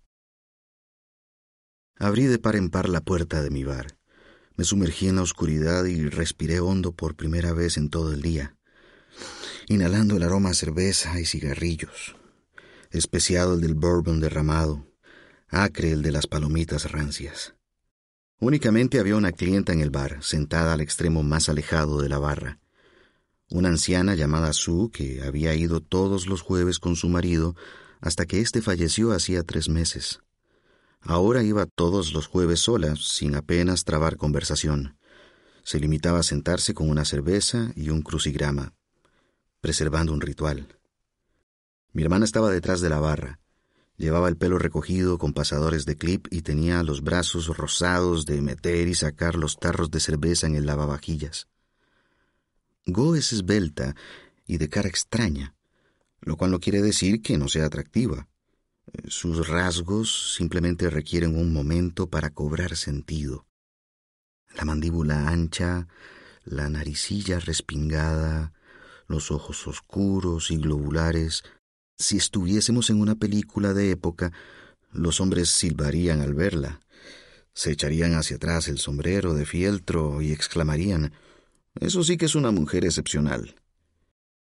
Abrí de par en par la puerta de mi bar. Me sumergí en la oscuridad y respiré hondo por primera vez en todo el día, inhalando el aroma a cerveza y cigarrillos, especiado el del bourbon derramado, acre el de las palomitas rancias. Únicamente había una clienta en el bar, sentada al extremo más alejado de la barra. Una anciana llamada Sue que había ido todos los jueves con su marido hasta que éste falleció hacía 3 meses. Ahora iba todos los jueves sola, sin apenas trabar conversación. Se limitaba a sentarse con una cerveza y un crucigrama, preservando un ritual. Mi hermana estaba detrás de la barra. Llevaba el pelo recogido con pasadores de clip y tenía los brazos rosados de meter y sacar los tarros de cerveza en el lavavajillas. Go es esbelta y de cara extraña, lo cual no quiere decir que no sea atractiva. Sus rasgos simplemente requieren un momento para cobrar sentido. La mandíbula ancha, la naricilla respingada, los ojos oscuros y globulares. Si estuviésemos en una película de época, los hombres silbarían al verla. Se echarían hacia atrás el sombrero de fieltro y exclamarían: «Eso sí que es una mujer excepcional».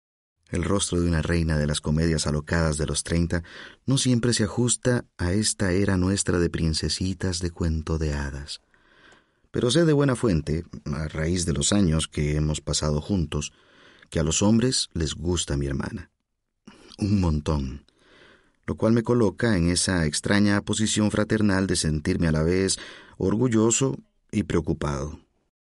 El rostro de una reina de las comedias alocadas de los 30 no siempre se ajusta a esta era nuestra de princesitas de cuento de hadas. Pero sé de buena fuente, a raíz de los años que hemos pasado juntos, que a los hombres les gusta mi hermana. Un montón. Lo cual me coloca en esa extraña posición fraternal de sentirme a la vez orgulloso y preocupado.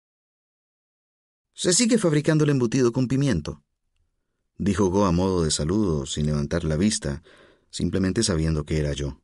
«¿Se sigue fabricando el embutido con pimiento?», dijo Go a modo de saludo, sin levantar la vista, simplemente sabiendo que era yo.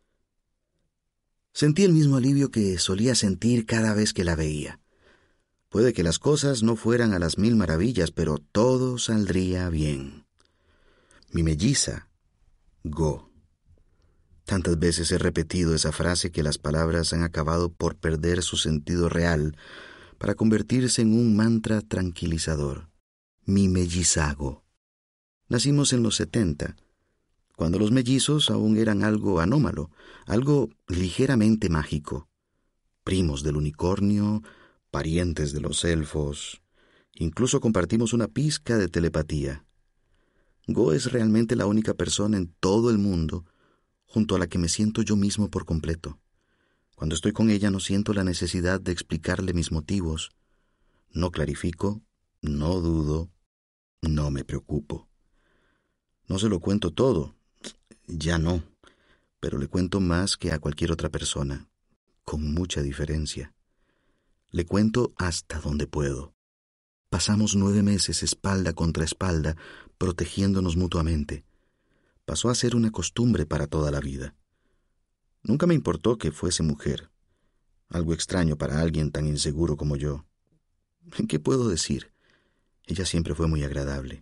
Sentí el mismo alivio que solía sentir cada vez que la veía. Puede que las cosas no fueran a las 1000 maravillas, pero todo saldría bien. Mi melliza, Go. Tantas veces he repetido esa frase que las palabras han acabado por perder su sentido real para convertirse en un mantra tranquilizador. Mi mellizago. Nacimos en los 70, cuando los mellizos aún eran algo anómalo, algo ligeramente mágico. Primos del unicornio, parientes de los elfos. Incluso compartimos una pizca de telepatía. Go es realmente la única persona en todo el mundo junto a la que me siento yo mismo por completo. Cuando estoy con ella no siento la necesidad de explicarle mis motivos. No clarifico, no dudo, no me preocupo. No se lo cuento todo, ya no, pero le cuento más que a cualquier otra persona, con mucha diferencia. Le cuento hasta donde puedo. Pasamos 9 meses espalda contra espalda, protegiéndonos mutuamente. Pasó a ser una costumbre para toda la vida. Nunca me importó que fuese mujer, algo extraño para alguien tan inseguro como yo. ¿Qué puedo decir? Ella siempre fue muy agradable.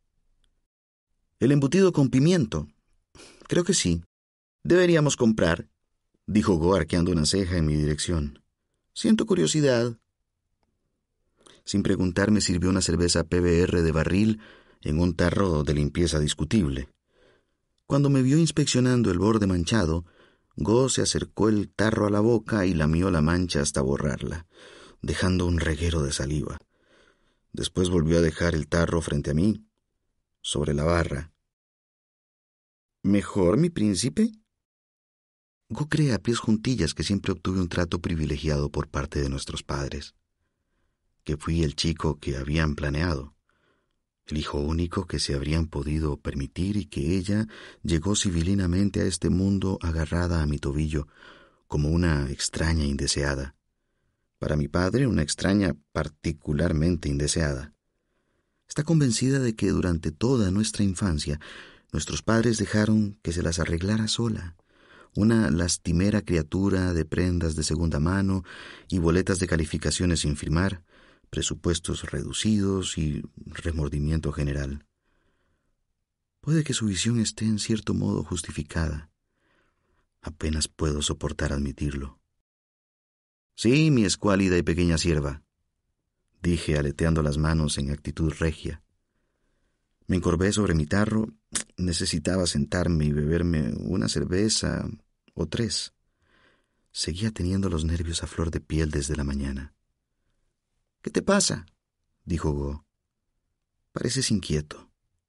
¿El embutido con pimiento? Creo que sí. Deberíamos comprar, dijo Go arqueando una ceja en mi dirección. Siento curiosidad. Sin preguntar me sirvió una cerveza PBR de barril en un tarro de limpieza discutible. Cuando me vio inspeccionando el borde manchado, Go se acercó el tarro a la boca y lamió la mancha hasta borrarla, dejando un reguero de saliva. Después volvió a dejar el tarro frente a mí, sobre la barra. ¿Mejor, mi príncipe? Go cree a pies juntillas que siempre obtuve un trato privilegiado por parte de nuestros padres, que fui el chico que habían planeado, el hijo único que se habrían podido permitir y que ella llegó civilinamente a este mundo agarrada a mi tobillo como una extraña indeseada. Para mi padre, una extraña particularmente indeseada. Está convencida de que durante toda nuestra infancia nuestros padres dejaron que se las arreglara sola, una lastimera criatura de prendas de segunda mano y boletas de calificaciones sin firmar, presupuestos reducidos y remordimiento general. Puede que su visión esté en cierto modo justificada. Apenas puedo soportar admitirlo. Sí, mi escuálida y pequeña sierva, dije aleteando las manos en actitud regia. Me encorvé sobre mi tarro. Necesitaba sentarme y beberme una cerveza o 3. Seguía teniendo los nervios a flor de piel desde la mañana. ¿Qué te pasa?, dijo Go. Pareces inquieto.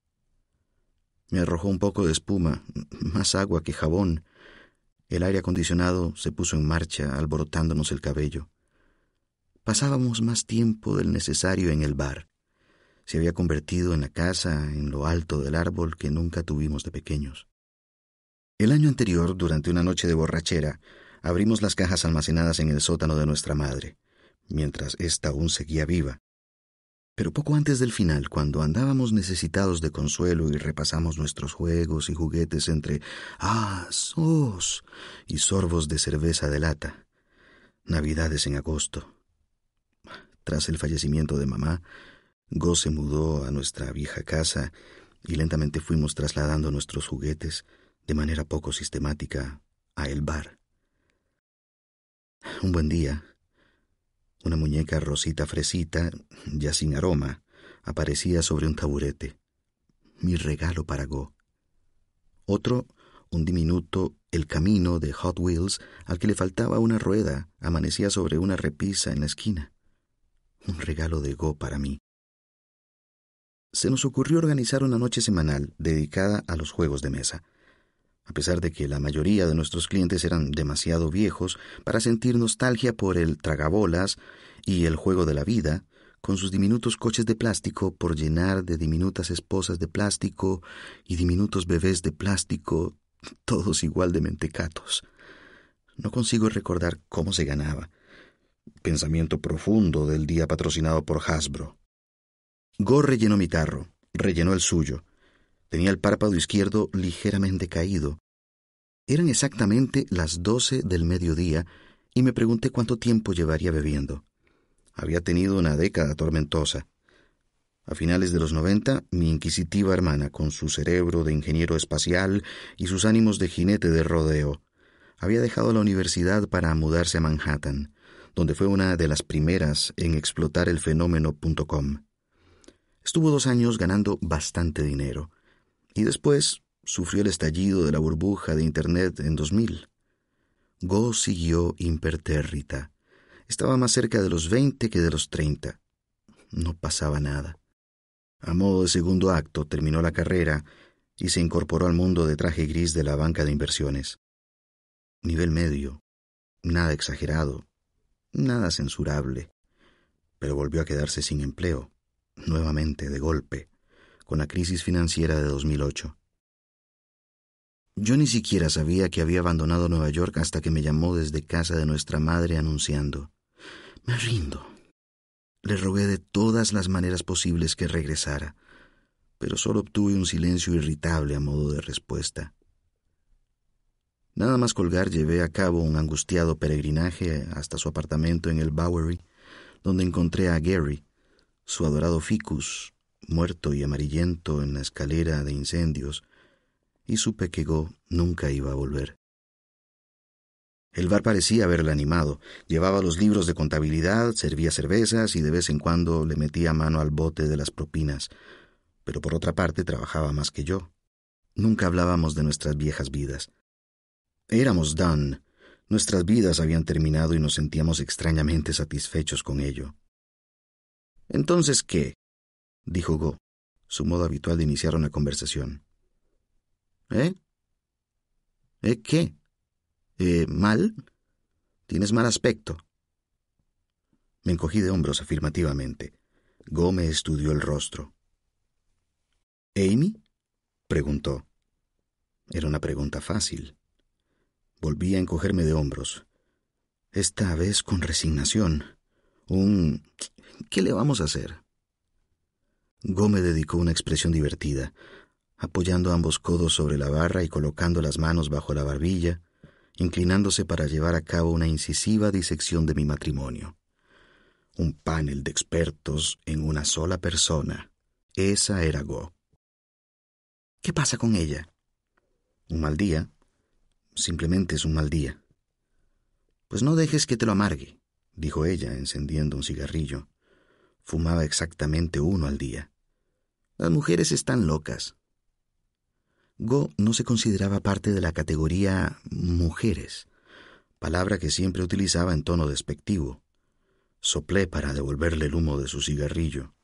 Me arrojó un poco de espuma, más agua que jabón. El aire acondicionado se puso en marcha, alborotándonos el cabello. Pasábamos más tiempo del necesario en el bar. Se había convertido en la casa, en lo alto del árbol que nunca tuvimos de pequeños. El año anterior, durante una noche de borrachera, abrimos las cajas almacenadas en el sótano de nuestra madre, mientras ésta aún seguía viva. Pero poco antes del final, cuando andábamos necesitados de consuelo y repasamos nuestros juegos y juguetes entre ¡os! Y sorbos de cerveza de lata, navidades en agosto. Tras el fallecimiento de mamá, Go se mudó a nuestra vieja casa y lentamente fuimos trasladando nuestros juguetes, de manera poco sistemática, a el bar. Un buen día, una muñeca rosita fresita, ya sin aroma, aparecía sobre un taburete. Mi regalo para Go. Otro, un diminuto El Camino de Hot Wheels, al que le faltaba una rueda, amanecía sobre una repisa en la esquina. Un regalo de Go para mí. se nos ocurrió organizar una noche semanal dedicada a los juegos de mesa. A pesar de que la mayoría de nuestros clientes eran demasiado viejos para sentir nostalgia por el tragabolas y el juego de la vida, con sus diminutos coches de plástico por llenar de diminutas esposas de plástico y diminutos bebés de plástico, todos igual de mentecatos. No consigo recordar cómo se ganaba. Pensamiento profundo del día patrocinado por Hasbro. Go rellenó mi tarro, rellenó el suyo. Tenía el párpado izquierdo ligeramente caído. Eran exactamente las 12 del mediodía y me pregunté cuánto tiempo llevaría bebiendo. Había tenido una década tormentosa. A finales de los 90, mi inquisitiva hermana, con su cerebro de ingeniero espacial y sus ánimos de jinete de rodeo, había dejado la universidad para mudarse a Manhattan, donde fue una de las primeras en explotar el fenómeno .com. Estuvo 2 años ganando bastante dinero, y después sufrió el estallido de la burbuja de Internet en 2000. Go siguió impertérrita. Estaba más cerca de los 20 que de los 30. No pasaba nada. A modo de segundo acto, terminó la carrera y se incorporó al mundo de traje gris de la banca de inversiones. Nivel medio, nada exagerado, nada censurable, pero volvió a quedarse sin empleo, nuevamente de golpe, con la crisis financiera de 2008. Yo ni siquiera sabía que había abandonado Nueva York hasta que me llamó desde casa de nuestra madre anunciando: «Me rindo». Le rogué de todas las maneras posibles que regresara, pero solo obtuve un silencio irritable a modo de respuesta. Nada más colgar, llevé a cabo un angustiado peregrinaje hasta su apartamento en el Bowery, donde encontré a Gary, su adorado ficus, muerto y amarillento en la escalera de incendios, y supe que Go nunca iba a volver. El bar parecía haberle animado. Llevaba los libros de contabilidad, servía cervezas y de vez en cuando le metía mano al bote de las propinas. Pero por otra parte trabajaba más que yo. Nunca hablábamos de nuestras viejas vidas. Éramos done. Nuestras vidas habían terminado y nos sentíamos extrañamente satisfechos con ello. «¿Entonces qué?», dijo Go, su modo habitual de iniciar una conversación. ¿Eh? ¿Qué? ¿Mal? ¿Tienes mal aspecto?» Me encogí de hombros afirmativamente. Go me estudió el rostro. «¿Amy?», preguntó. Era una pregunta fácil. Volví a encogerme de hombros. Esta vez con resignación. ¿Qué le vamos a hacer? Go me dedicó una expresión divertida, apoyando ambos codos sobre la barra y colocando las manos bajo la barbilla, inclinándose para llevar a cabo una incisiva disección de mi matrimonio. Un panel de expertos en una sola persona. Esa era Go. «¿Qué pasa con ella?» «Un mal día. Simplemente es un mal día». «Pues no dejes que te lo amargue», dijo ella, encendiendo un cigarrillo. Fumaba exactamente 1 al día. «Las mujeres están locas». Go no se consideraba parte de la categoría mujeres, palabra que siempre utilizaba en tono despectivo. Soplé para devolverle el humo de su cigarrillo.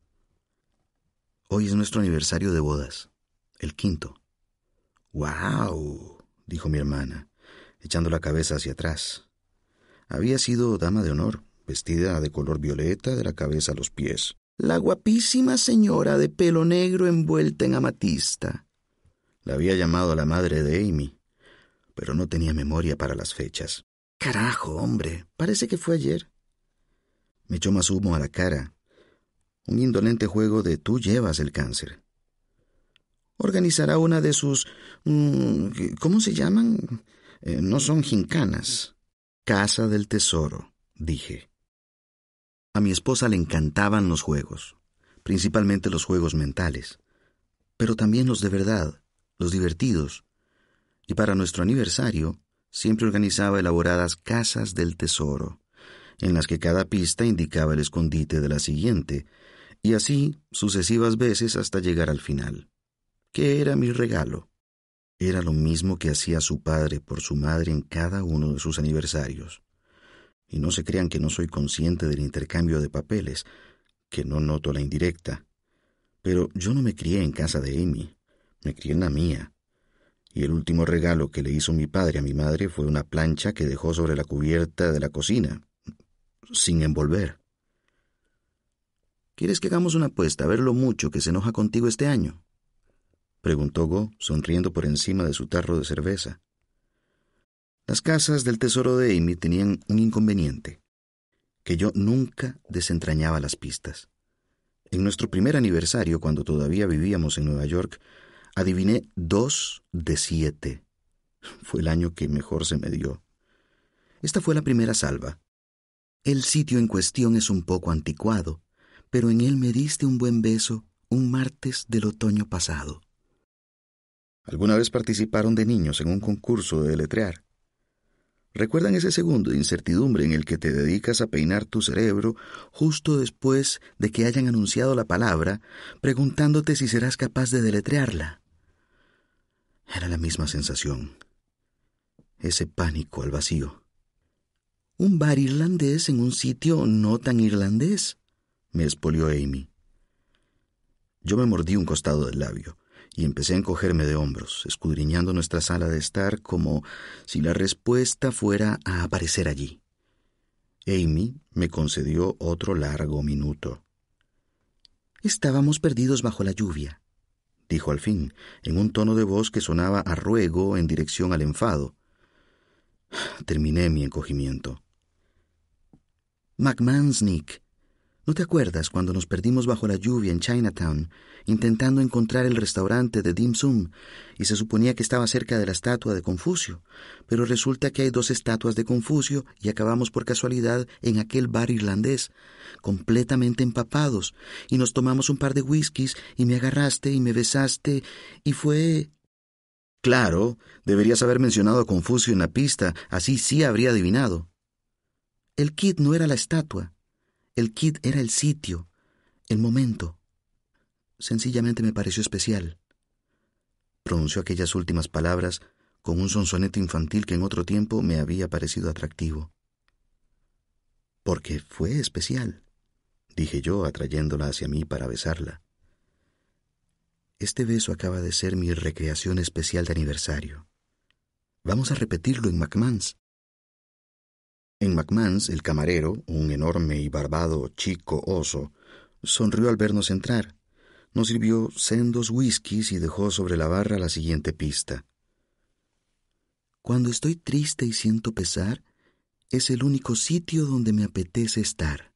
«Hoy es nuestro aniversario de bodas, el 5. «¡Guau!», dijo mi hermana, echando la cabeza hacia atrás. Había sido dama de honor, vestida de color violeta de la cabeza a los pies. «La guapísima señora de pelo negro envuelta en amatista». La había llamado a la madre de Amy, pero no tenía memoria para las fechas. «Carajo, hombre, parece que fue ayer». Me echó más humo a la cara. Un indolente juego de «tú llevas el cáncer». «Organizará una de sus... ¿cómo se llaman? No son gincanas». «Casa del tesoro», dije. A mi esposa le encantaban los juegos, principalmente los juegos mentales, pero también los de verdad, los divertidos, y para nuestro aniversario siempre organizaba elaboradas casas del tesoro, en las que cada pista indicaba el escondite de la siguiente, y así sucesivas veces hasta llegar al final. ¿Qué era mi regalo? Era lo mismo que hacía su padre por su madre en cada uno de sus aniversarios. Y no se crean que no soy consciente del intercambio de papeles, que no noto la indirecta. Pero yo no me crié en casa de Amy, me crié en la mía. Y el último regalo que le hizo mi padre a mi madre fue una plancha que dejó sobre la cubierta de la cocina, sin envolver. ¿Quieres que hagamos una apuesta a ver lo mucho que se enoja contigo este año?, preguntó Go, sonriendo por encima de su tarro de cerveza. Las casas del tesoro de Amy tenían un inconveniente, que yo nunca desentrañaba las pistas. En nuestro primer aniversario, cuando todavía vivíamos en Nueva York, adiviné 2 de 7. Fue el año que mejor se me dio. Esta fue la primera salva. El sitio en cuestión es un poco anticuado, pero en él me diste un buen beso un martes del otoño pasado. ¿Alguna vez participaron de niños en un concurso de deletrear? ¿Recuerdan ese segundo de incertidumbre en el que te dedicas a peinar tu cerebro justo después de que hayan anunciado la palabra, preguntándote si serás capaz de deletrearla? Era la misma sensación. Ese pánico al vacío. Un bar irlandés en un sitio no tan irlandés, me expolió Amy. Yo me mordí un costado del labio y empecé a encogerme de hombros, escudriñando nuestra sala de estar como si la respuesta fuera a aparecer allí. Amy me concedió otro largo minuto. Estábamos perdidos bajo la lluvia, dijo al fin, en un tono de voz que sonaba a ruego en dirección al enfado. Terminé mi encogimiento. McMahon's Nick, ¿no te acuerdas cuando nos perdimos bajo la lluvia en Chinatown, intentando encontrar el restaurante de Dim Sum, y se suponía que estaba cerca de la estatua de Confucio, pero resulta que hay 2 estatuas de Confucio y acabamos por casualidad en aquel bar irlandés, completamente empapados, y nos tomamos un par de whiskies y me agarraste y me besaste y fue... Claro, deberías haber mencionado a Confucio en la pista, así sí habría adivinado. El kit no era la estatua. El kit era el sitio, el momento. Sencillamente me pareció especial. Pronunció aquellas últimas palabras con un sonsonete infantil que en otro tiempo me había parecido atractivo. Porque fue especial, dije yo, atrayéndola hacia mí para besarla. Este beso acaba de ser mi recreación especial de aniversario. Vamos a repetirlo en McMahon's. En McMahon's, el camarero, un enorme y barbado chico oso, sonrió al vernos entrar. Nos sirvió sendos whiskies y dejó sobre la barra la siguiente pista. Cuando estoy triste y siento pesar, es el único sitio donde me apetece estar.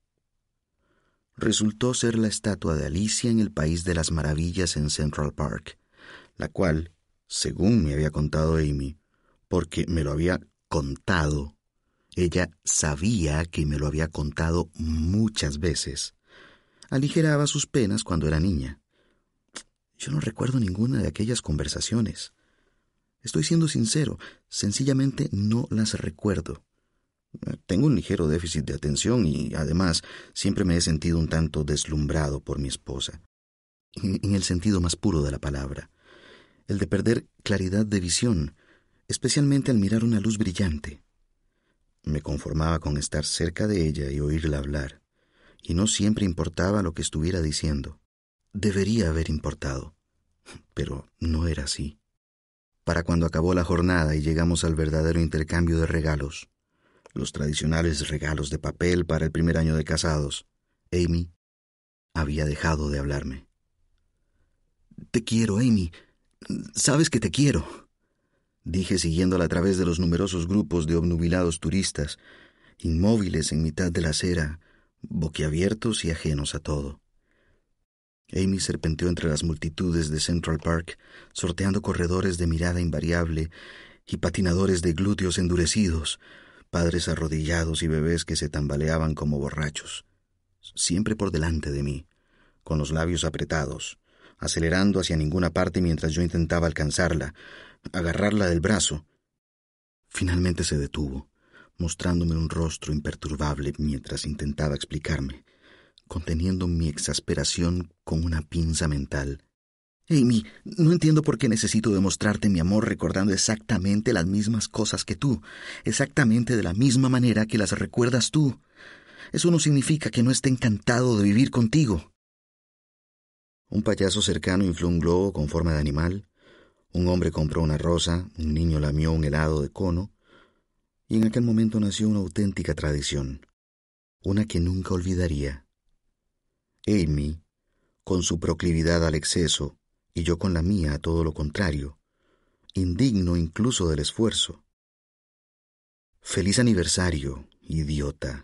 Resultó ser la estatua de Alicia en el País de las Maravillas en Central Park, la cual, según me había contado Amy, porque me lo había contado, ella sabía que me lo había contado muchas veces, aligeraba sus penas cuando era niña. Yo no recuerdo ninguna de aquellas conversaciones. Estoy siendo sincero, sencillamente no las recuerdo. Tengo un ligero déficit de atención y, además, siempre me he sentido un tanto deslumbrado por mi esposa. En el sentido más puro de la palabra. El de perder claridad de visión, especialmente al mirar una luz brillante. Me conformaba con estar cerca de ella y oírla hablar, y no siempre importaba lo que estuviera diciendo. Debería haber importado, pero no era así. Para cuando acabó la jornada y llegamos al verdadero intercambio de regalos, los tradicionales regalos de papel para el primer año de casados, Amy había dejado de hablarme. «Te quiero, Amy. Sabes que te quiero», dije siguiéndola a través de los numerosos grupos de obnubilados turistas, inmóviles en mitad de la acera, boquiabiertos y ajenos a todo. Amy serpenteó entre las multitudes de Central Park, sorteando corredores de mirada invariable y patinadores de glúteos endurecidos, padres arrodillados y bebés que se tambaleaban como borrachos, siempre por delante de mí, con los labios apretados, acelerando hacia ninguna parte mientras yo intentaba alcanzarla, agarrarla del brazo. Finalmente se detuvo, mostrándome un rostro imperturbable mientras intentaba explicarme, conteniendo mi exasperación con una pinza mental. Amy, no entiendo por qué necesito demostrarte mi amor recordando exactamente las mismas cosas que tú, exactamente de la misma manera que las recuerdas tú. Eso no significa que no esté encantado de vivir contigo. Un payaso cercano infló un globo con forma de animal, un hombre compró una rosa, un niño lamió un helado de cono, y en aquel momento nació una auténtica tradición, una que nunca olvidaría. Amy, con su proclividad al exceso, y yo con la mía a todo lo contrario, indigno incluso del esfuerzo. Feliz aniversario, idiota.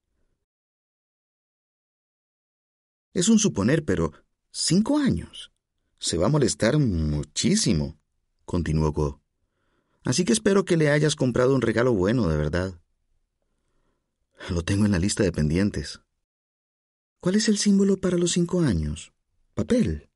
Es un suponer, pero 5 años. Se va a molestar muchísimo, continuó Go. Así que espero que le hayas comprado un regalo bueno, de verdad. Lo tengo en la lista de pendientes. ¿Cuál es el símbolo para los 5 años? Papel.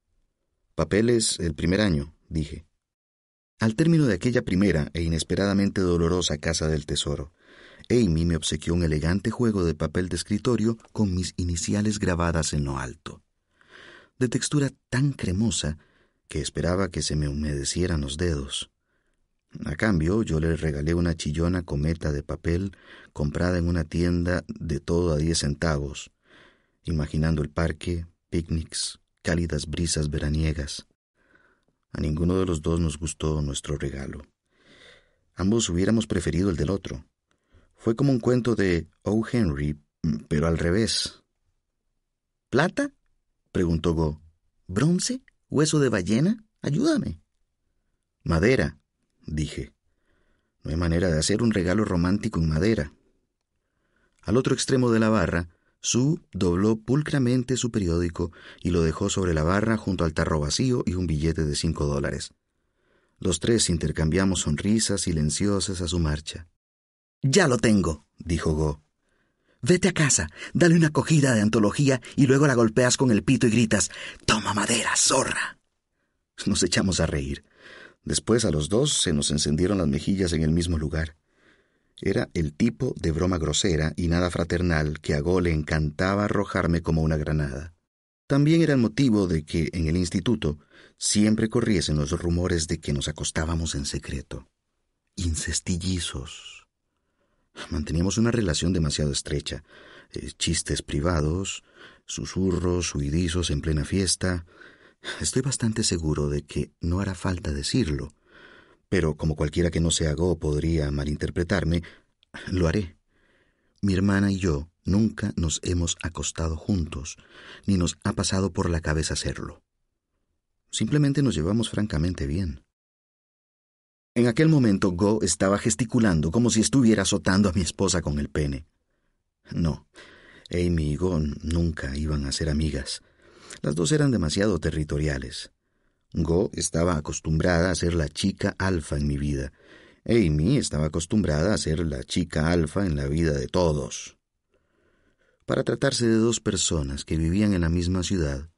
Papel es el primer año, dije. Al término de aquella primera e inesperadamente dolorosa caza del tesoro, Amy me obsequió un elegante juego de papel de escritorio con mis iniciales grabadas en lo alto, de textura tan cremosa que esperaba que se me humedecieran los dedos. A cambio, yo le regalé una chillona cometa de papel comprada en una tienda de todo a 10 centavos, imaginando el parque, picnics, cálidas brisas veraniegas. A ninguno de los dos nos gustó nuestro regalo. Ambos hubiéramos preferido el del otro. Fue como un cuento de O. Henry, pero al revés. ¿Plata?, preguntó Go. ¿Bronce? ¿Hueso de ballena? Ayúdame. Madera, dije. No hay manera de hacer un regalo romántico en madera. Al otro extremo de la barra, Sue dobló pulcramente su periódico y lo dejó sobre la barra junto al tarro vacío y un billete de $5. Los tres intercambiamos sonrisas silenciosas a su marcha. «Ya lo tengo», dijo Go. «Vete a casa, dale una cogida de antología y luego la golpeas con el pito y gritas: ¡Toma madera, zorra!». Nos echamos a reír. Después a los dos se nos encendieron las mejillas en el mismo lugar. Era el tipo de broma grosera y nada fraternal que a Go le encantaba arrojarme como una granada. También era el motivo de que en el instituto siempre corriesen los rumores de que nos acostábamos en secreto. Incestillizos. Manteníamos una relación demasiado estrecha. Chistes privados, susurros huidizos en plena fiesta. Estoy bastante seguro de que no hará falta decirlo, pero como cualquiera que no sea Go podría malinterpretarme, lo haré. Mi hermana y yo nunca nos hemos acostado juntos, ni nos ha pasado por la cabeza hacerlo. Simplemente nos llevamos francamente bien. En aquel momento Go estaba gesticulando como si estuviera azotando a mi esposa con el pene. No, Amy y Go nunca iban a ser amigas. Las dos eran demasiado territoriales. Go estaba acostumbrada a ser la chica alfa en mi vida. Amy estaba acostumbrada a ser la chica alfa en la vida de todos. Para tratarse de dos personas que vivían en la misma ciudad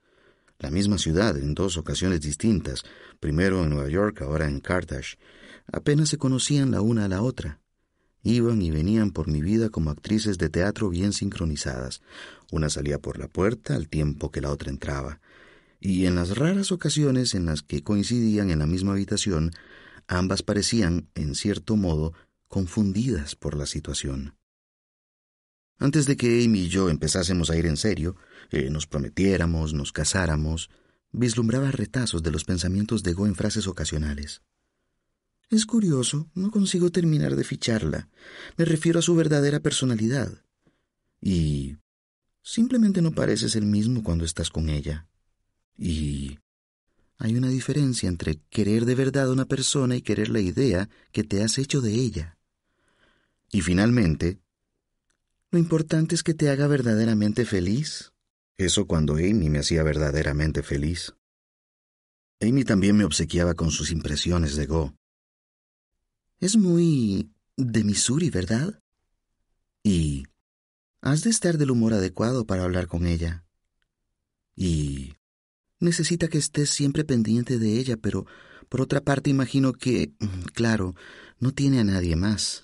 en 2 ocasiones distintas, primero en Nueva York, ahora en Carthage, apenas se conocían la una a la otra. Iban y venían por mi vida como actrices de teatro bien sincronizadas. Una salía por la puerta al tiempo que la otra entraba. Y en las raras ocasiones en las que coincidían en la misma habitación, ambas parecían, en cierto modo, confundidas por la situación. Antes de que Amy y yo empezásemos a ir en serio, nos prometiéramos, nos casáramos, vislumbraba retazos de los pensamientos de Go en frases ocasionales. Es curioso, no consigo terminar de ficharla. Me refiero a su verdadera personalidad. Y simplemente no pareces el mismo cuando estás con ella. Y hay una diferencia entre querer de verdad a una persona y querer la idea que te has hecho de ella. Y finalmente, lo importante es que te haga verdaderamente feliz. Eso cuando Amy me hacía verdaderamente feliz. Amy también me obsequiaba con sus impresiones de Go. Es muy de Missouri, ¿verdad? Y has de estar del humor adecuado para hablar con ella. Y necesita que estés siempre pendiente de ella, pero por otra parte imagino que, claro, no tiene a nadie más.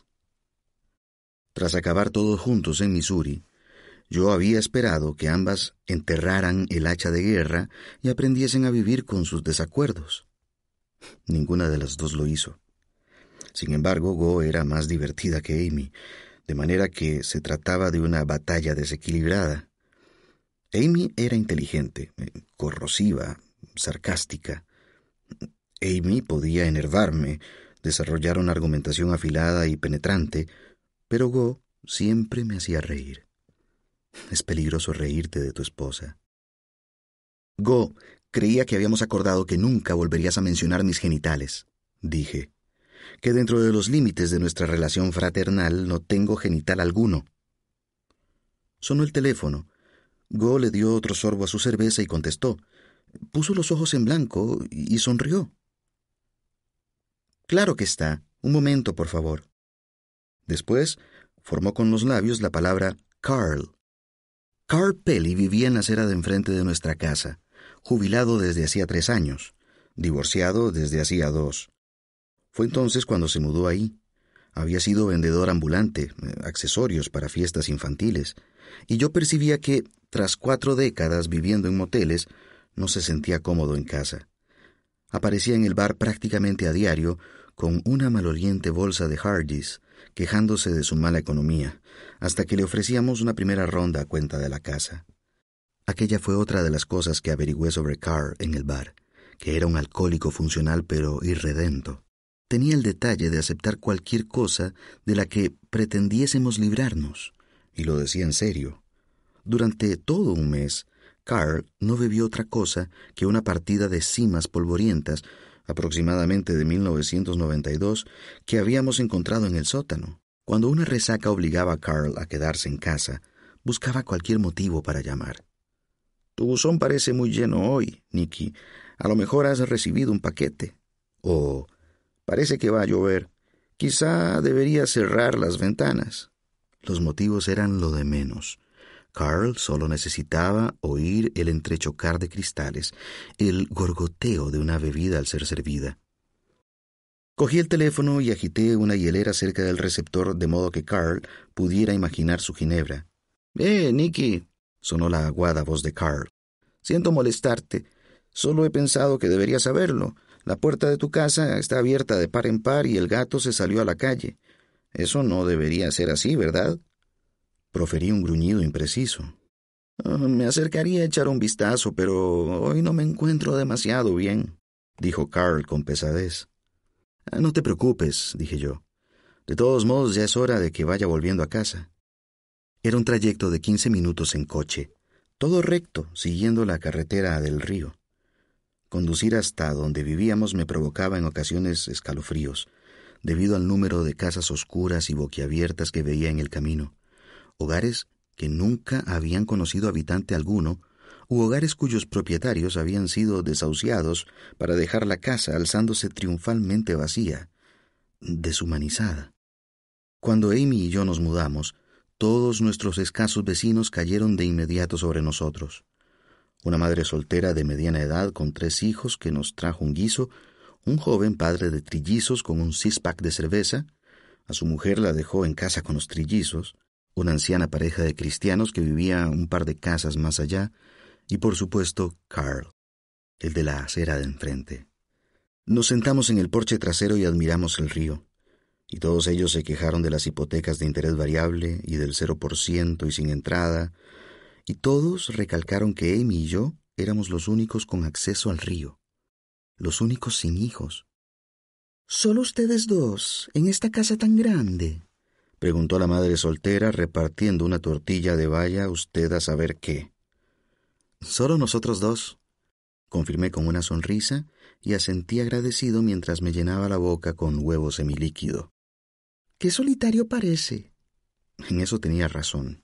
Tras acabar todos juntos en Missouri, yo había esperado que ambas enterraran el hacha de guerra y aprendiesen a vivir con sus desacuerdos. Ninguna de las dos lo hizo. Sin embargo, Go era más divertida que Amy, de manera que se trataba de una batalla desequilibrada. Amy era inteligente, corrosiva, sarcástica. Amy podía enervarme, desarrollar una argumentación afilada y penetrante, pero Go siempre me hacía reír. Es peligroso reírte de tu esposa. Go, creía que habíamos acordado que nunca volverías a mencionar mis genitales, dije. Que dentro de los límites de nuestra relación fraternal no tengo genital alguno. Sonó el teléfono. Go le dio otro sorbo a su cerveza y contestó. Puso los ojos en blanco y sonrió. Claro que está. Un momento, por favor. Después formó con los labios la palabra Carl. Carl Pelly vivía en la acera de enfrente de nuestra casa, jubilado desde hacía 3 años, divorciado desde hacía 2. Fue entonces cuando se mudó ahí. Había sido vendedor ambulante, accesorios para fiestas infantiles, y yo percibía que, tras 4 décadas viviendo en moteles, no se sentía cómodo en casa. Aparecía en el bar prácticamente a diario, con una maloliente bolsa de Hardee's, quejándose de su mala economía, hasta que le ofrecíamos una primera ronda a cuenta de la casa. Aquella fue otra de las cosas que averigüé sobre Carl en el bar, que era un alcohólico funcional pero irredento. Tenía el detalle de aceptar cualquier cosa de la que pretendiésemos librarnos, y lo decía en serio. Durante todo un mes, Carl no bebió otra cosa que una partida de cimas polvorientas, aproximadamente de 1992, que habíamos encontrado en el sótano. Cuando una resaca obligaba a Carl a quedarse en casa, buscaba cualquier motivo para llamar. «Tu buzón parece muy lleno hoy, Nicky. A lo mejor has recibido un paquete». O «Parece que va a llover. Quizá deberías cerrar las ventanas». Los motivos eran lo de menos. Carl solo necesitaba oír el entrechocar de cristales, el gorgoteo de una bebida al ser servida. Cogí el teléfono y agité una hielera cerca del receptor de modo que Carl pudiera imaginar su ginebra. Nicky», sonó la aguda voz de Carl. «Siento molestarte. Solo he pensado que deberías saberlo. La puerta de tu casa está abierta de par en par y el gato se salió a la calle. Eso no debería ser así, ¿verdad?» Proferí un gruñido impreciso. «Me acercaría a echar un vistazo, pero hoy no me encuentro demasiado bien», dijo Carl con pesadez. «No te preocupes», dije yo. «De todos modos ya es hora de que vaya volviendo a casa». Era un trayecto de 15 minutos en coche, todo recto, siguiendo la carretera del río. Conducir hasta donde vivíamos me provocaba en ocasiones escalofríos, debido al número de casas oscuras y boquiabiertas que veía en el camino. Hogares que nunca habían conocido habitante alguno, u hogares cuyos propietarios habían sido desahuciados para dejar la casa alzándose triunfalmente vacía, deshumanizada. Cuando Amy y yo nos mudamos, todos nuestros escasos vecinos cayeron de inmediato sobre nosotros. Una madre soltera de mediana edad con 3 hijos que nos trajo un guiso, un joven padre de trillizos con un 6-pack de cerveza, a su mujer la dejó en casa con los trillizos, una anciana pareja de cristianos que vivía un par de casas más allá, y por supuesto Carl, el de la acera de enfrente. Nos sentamos en el porche trasero y admiramos el río, y todos ellos se quejaron de las hipotecas de interés variable y del 0% y sin entrada, y todos recalcaron que Amy y yo éramos los únicos con acceso al río, los únicos sin hijos. «¿Solo ustedes 2 en esta casa tan grande?», preguntó la madre soltera repartiendo una tortilla de vaya usted a saber qué. «Solo nosotros 2», confirmé con una sonrisa y asentí agradecido mientras me llenaba la boca con huevo semilíquido. «¡Qué solitario parece!». En eso tenía razón.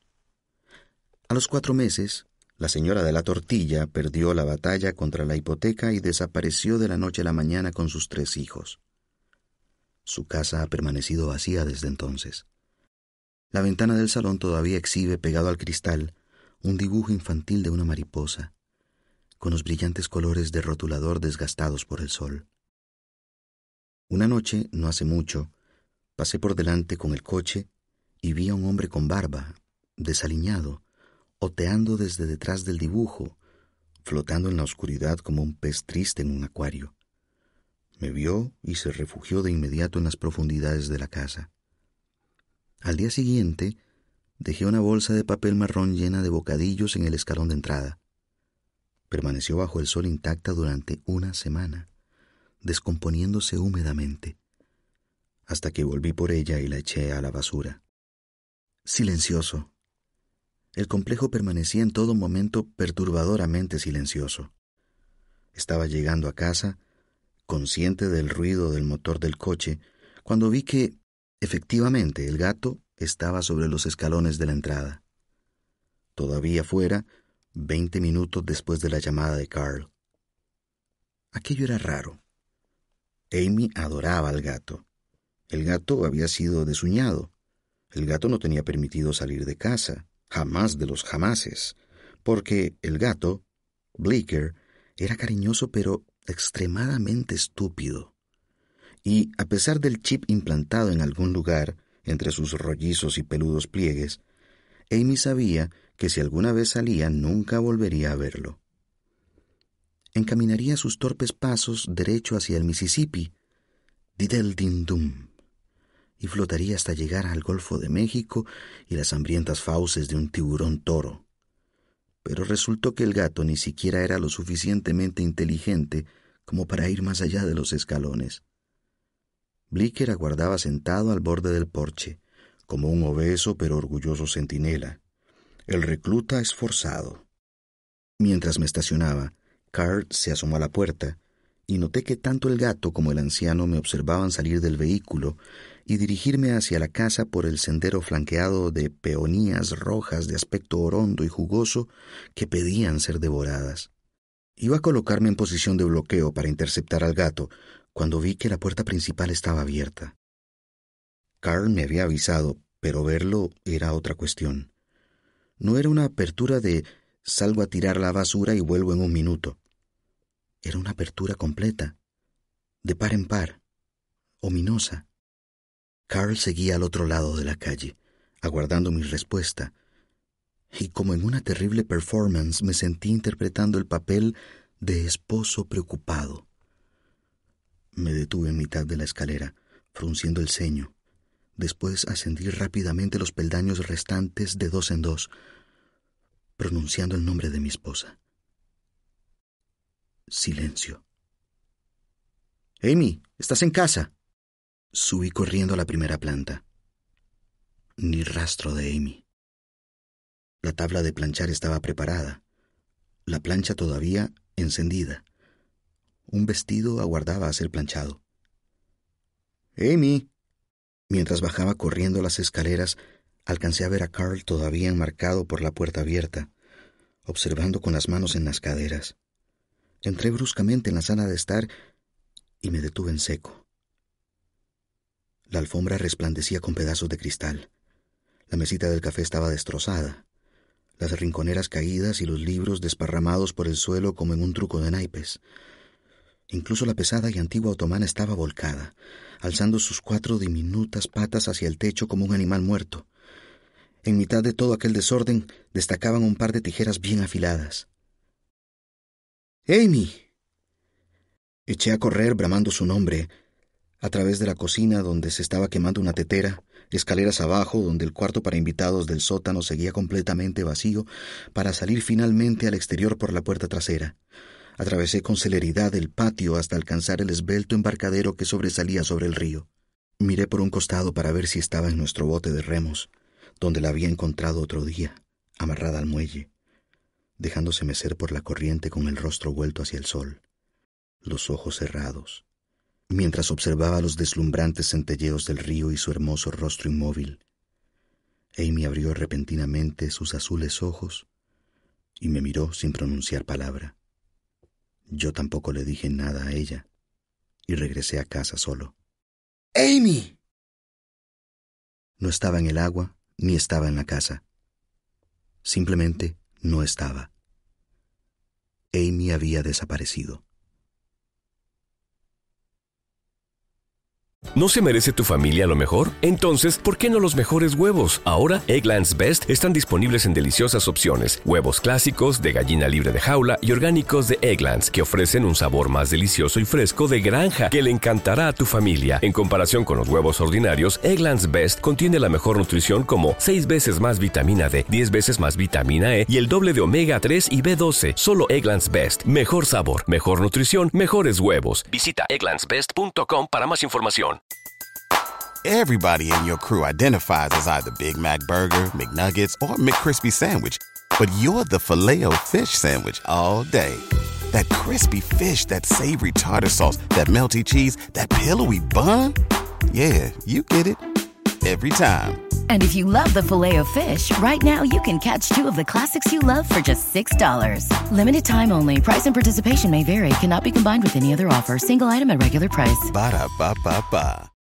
A los 4 meses, la señora de la tortilla perdió la batalla contra la hipoteca y desapareció de la noche a la mañana con sus 3 hijos. Su casa ha permanecido vacía desde entonces. La ventana del salón todavía exhibe pegado al cristal un dibujo infantil de una mariposa, con los brillantes colores de rotulador desgastados por el sol. Una noche, no hace mucho, pasé por delante con el coche y vi a un hombre con barba, desaliñado, oteando desde detrás del dibujo, flotando en la oscuridad como un pez triste en un acuario. Me vio y se refugió de inmediato en las profundidades de la casa. Al día siguiente, Dejé una bolsa de papel marrón llena de bocadillos en el escalón de entrada. Permaneció bajo el sol intacta durante una semana, descomponiéndose húmedamente, hasta que volví por ella y la eché a la basura. Silencioso. El complejo permanecía en todo momento perturbadoramente silencioso. Estaba llegando a casa, consciente del ruido del motor del coche, cuando vi que, efectivamente, el gato estaba sobre los escalones de la entrada. Todavía fuera, 20 minutos después de la llamada de Carl. Aquello era raro. Amy adoraba al gato. El gato había sido desuñado. El gato no tenía permitido salir de casa, jamás de los jamases, porque el gato, Bleecker, era cariñoso pero extremadamente estúpido. Y, a pesar del chip implantado en algún lugar, entre sus rollizos y peludos pliegues, Amy sabía que si alguna vez salía nunca volvería a verlo. Encaminaría sus torpes pasos derecho hacia el Mississippi, diddle-din-dum, y flotaría hasta llegar al Golfo de México y las hambrientas fauces de un tiburón toro. Pero resultó que el gato ni siquiera era lo suficientemente inteligente como para ir más allá de los escalones. Bleecker aguardaba sentado al borde del porche, como un obeso pero orgulloso centinela, el recluta esforzado. Mientras me estacionaba, Carl se asomó a la puerta y noté que tanto el gato como el anciano me observaban salir del vehículo y dirigirme hacia la casa por el sendero flanqueado de peonías rojas de aspecto orondo y jugoso que pedían ser devoradas. Iba a colocarme en posición de bloqueo para interceptar al gato cuando vi que la puerta principal estaba abierta. Carl me había avisado, pero verlo era otra cuestión. No era una apertura de salgo a tirar la basura y vuelvo en un minuto. Era una apertura completa, de par en par, ominosa. Carl seguía al otro lado de la calle, aguardando mi respuesta, y como en una terrible performance me sentí interpretando el papel de esposo preocupado. Me detuve en mitad de la escalera, frunciendo el ceño. Después ascendí rápidamente los peldaños restantes de 2 en 2, pronunciando el nombre de mi esposa. Silencio. «Amy, ¿estás en casa?» Subí corriendo a la primera planta. Ni rastro de Amy. La tabla de planchar estaba preparada, la plancha todavía encendida. Un vestido aguardaba a ser planchado. «Amy». Mientras bajaba corriendo las escaleras, alcancé a ver a Carl todavía enmarcado por la puerta abierta, observando con las manos en las caderas. Entré bruscamente en la sala de estar y me detuve en seco. La alfombra resplandecía con pedazos de cristal. La mesita del café estaba destrozada, las rinconeras caídas y los libros desparramados por el suelo como en un truco de naipes. Incluso la pesada y antigua otomana estaba volcada, alzando sus 4 diminutas patas hacia el techo como un animal muerto. En mitad de todo aquel desorden destacaban un par de tijeras bien afiladas. «¡Amy!». Eché a correr bramando su nombre, a través de la cocina donde se estaba quemando una tetera, escaleras abajo donde el cuarto para invitados del sótano seguía completamente vacío, para salir finalmente al exterior por la puerta trasera. Atravesé con celeridad el patio hasta alcanzar el esbelto embarcadero que sobresalía sobre el río. Miré por un costado para ver si estaba en nuestro bote de remos, donde la había encontrado otro día, amarrada al muelle, dejándose mecer por la corriente con el rostro vuelto hacia el sol, los ojos cerrados, mientras observaba los deslumbrantes centelleos del río y su hermoso rostro inmóvil. Amy abrió repentinamente sus azules ojos y me miró sin pronunciar palabra. Yo tampoco le dije nada a ella y regresé a casa solo. «¡Amy!». No estaba en el agua ni estaba en la casa. Simplemente no estaba. Amy había desaparecido. ¿No se merece tu familia lo mejor? Entonces, ¿por qué no los mejores huevos? Ahora, Eggland's Best están disponibles en deliciosas opciones. Huevos clásicos, de gallina libre de jaula y orgánicos de Eggland's, que ofrecen un sabor más delicioso y fresco de granja que le encantará a tu familia. En comparación con los huevos ordinarios, Eggland's Best contiene la mejor nutrición como 6 veces más vitamina D, 10 veces más vitamina E y el doble de omega 3 y B12. Solo Eggland's Best. Mejor sabor, mejor nutrición, mejores huevos. Visita egglandsbest.com para más información. Everybody in your crew identifies as either Big Mac Burger, McNuggets, or McCrispy Sandwich. But you're the Filet-O-Fish Sandwich all day. That crispy fish, that savory tartar sauce, that melty cheese, that pillowy bun. Yeah, you get it. Every time. And if you love the Filet-O-Fish, right now you can catch 2 of the classics you love for just $6. Limited time only. Price and participation may vary. Cannot be combined with any other offer. Single item at regular price. Ba-da-ba-ba-ba.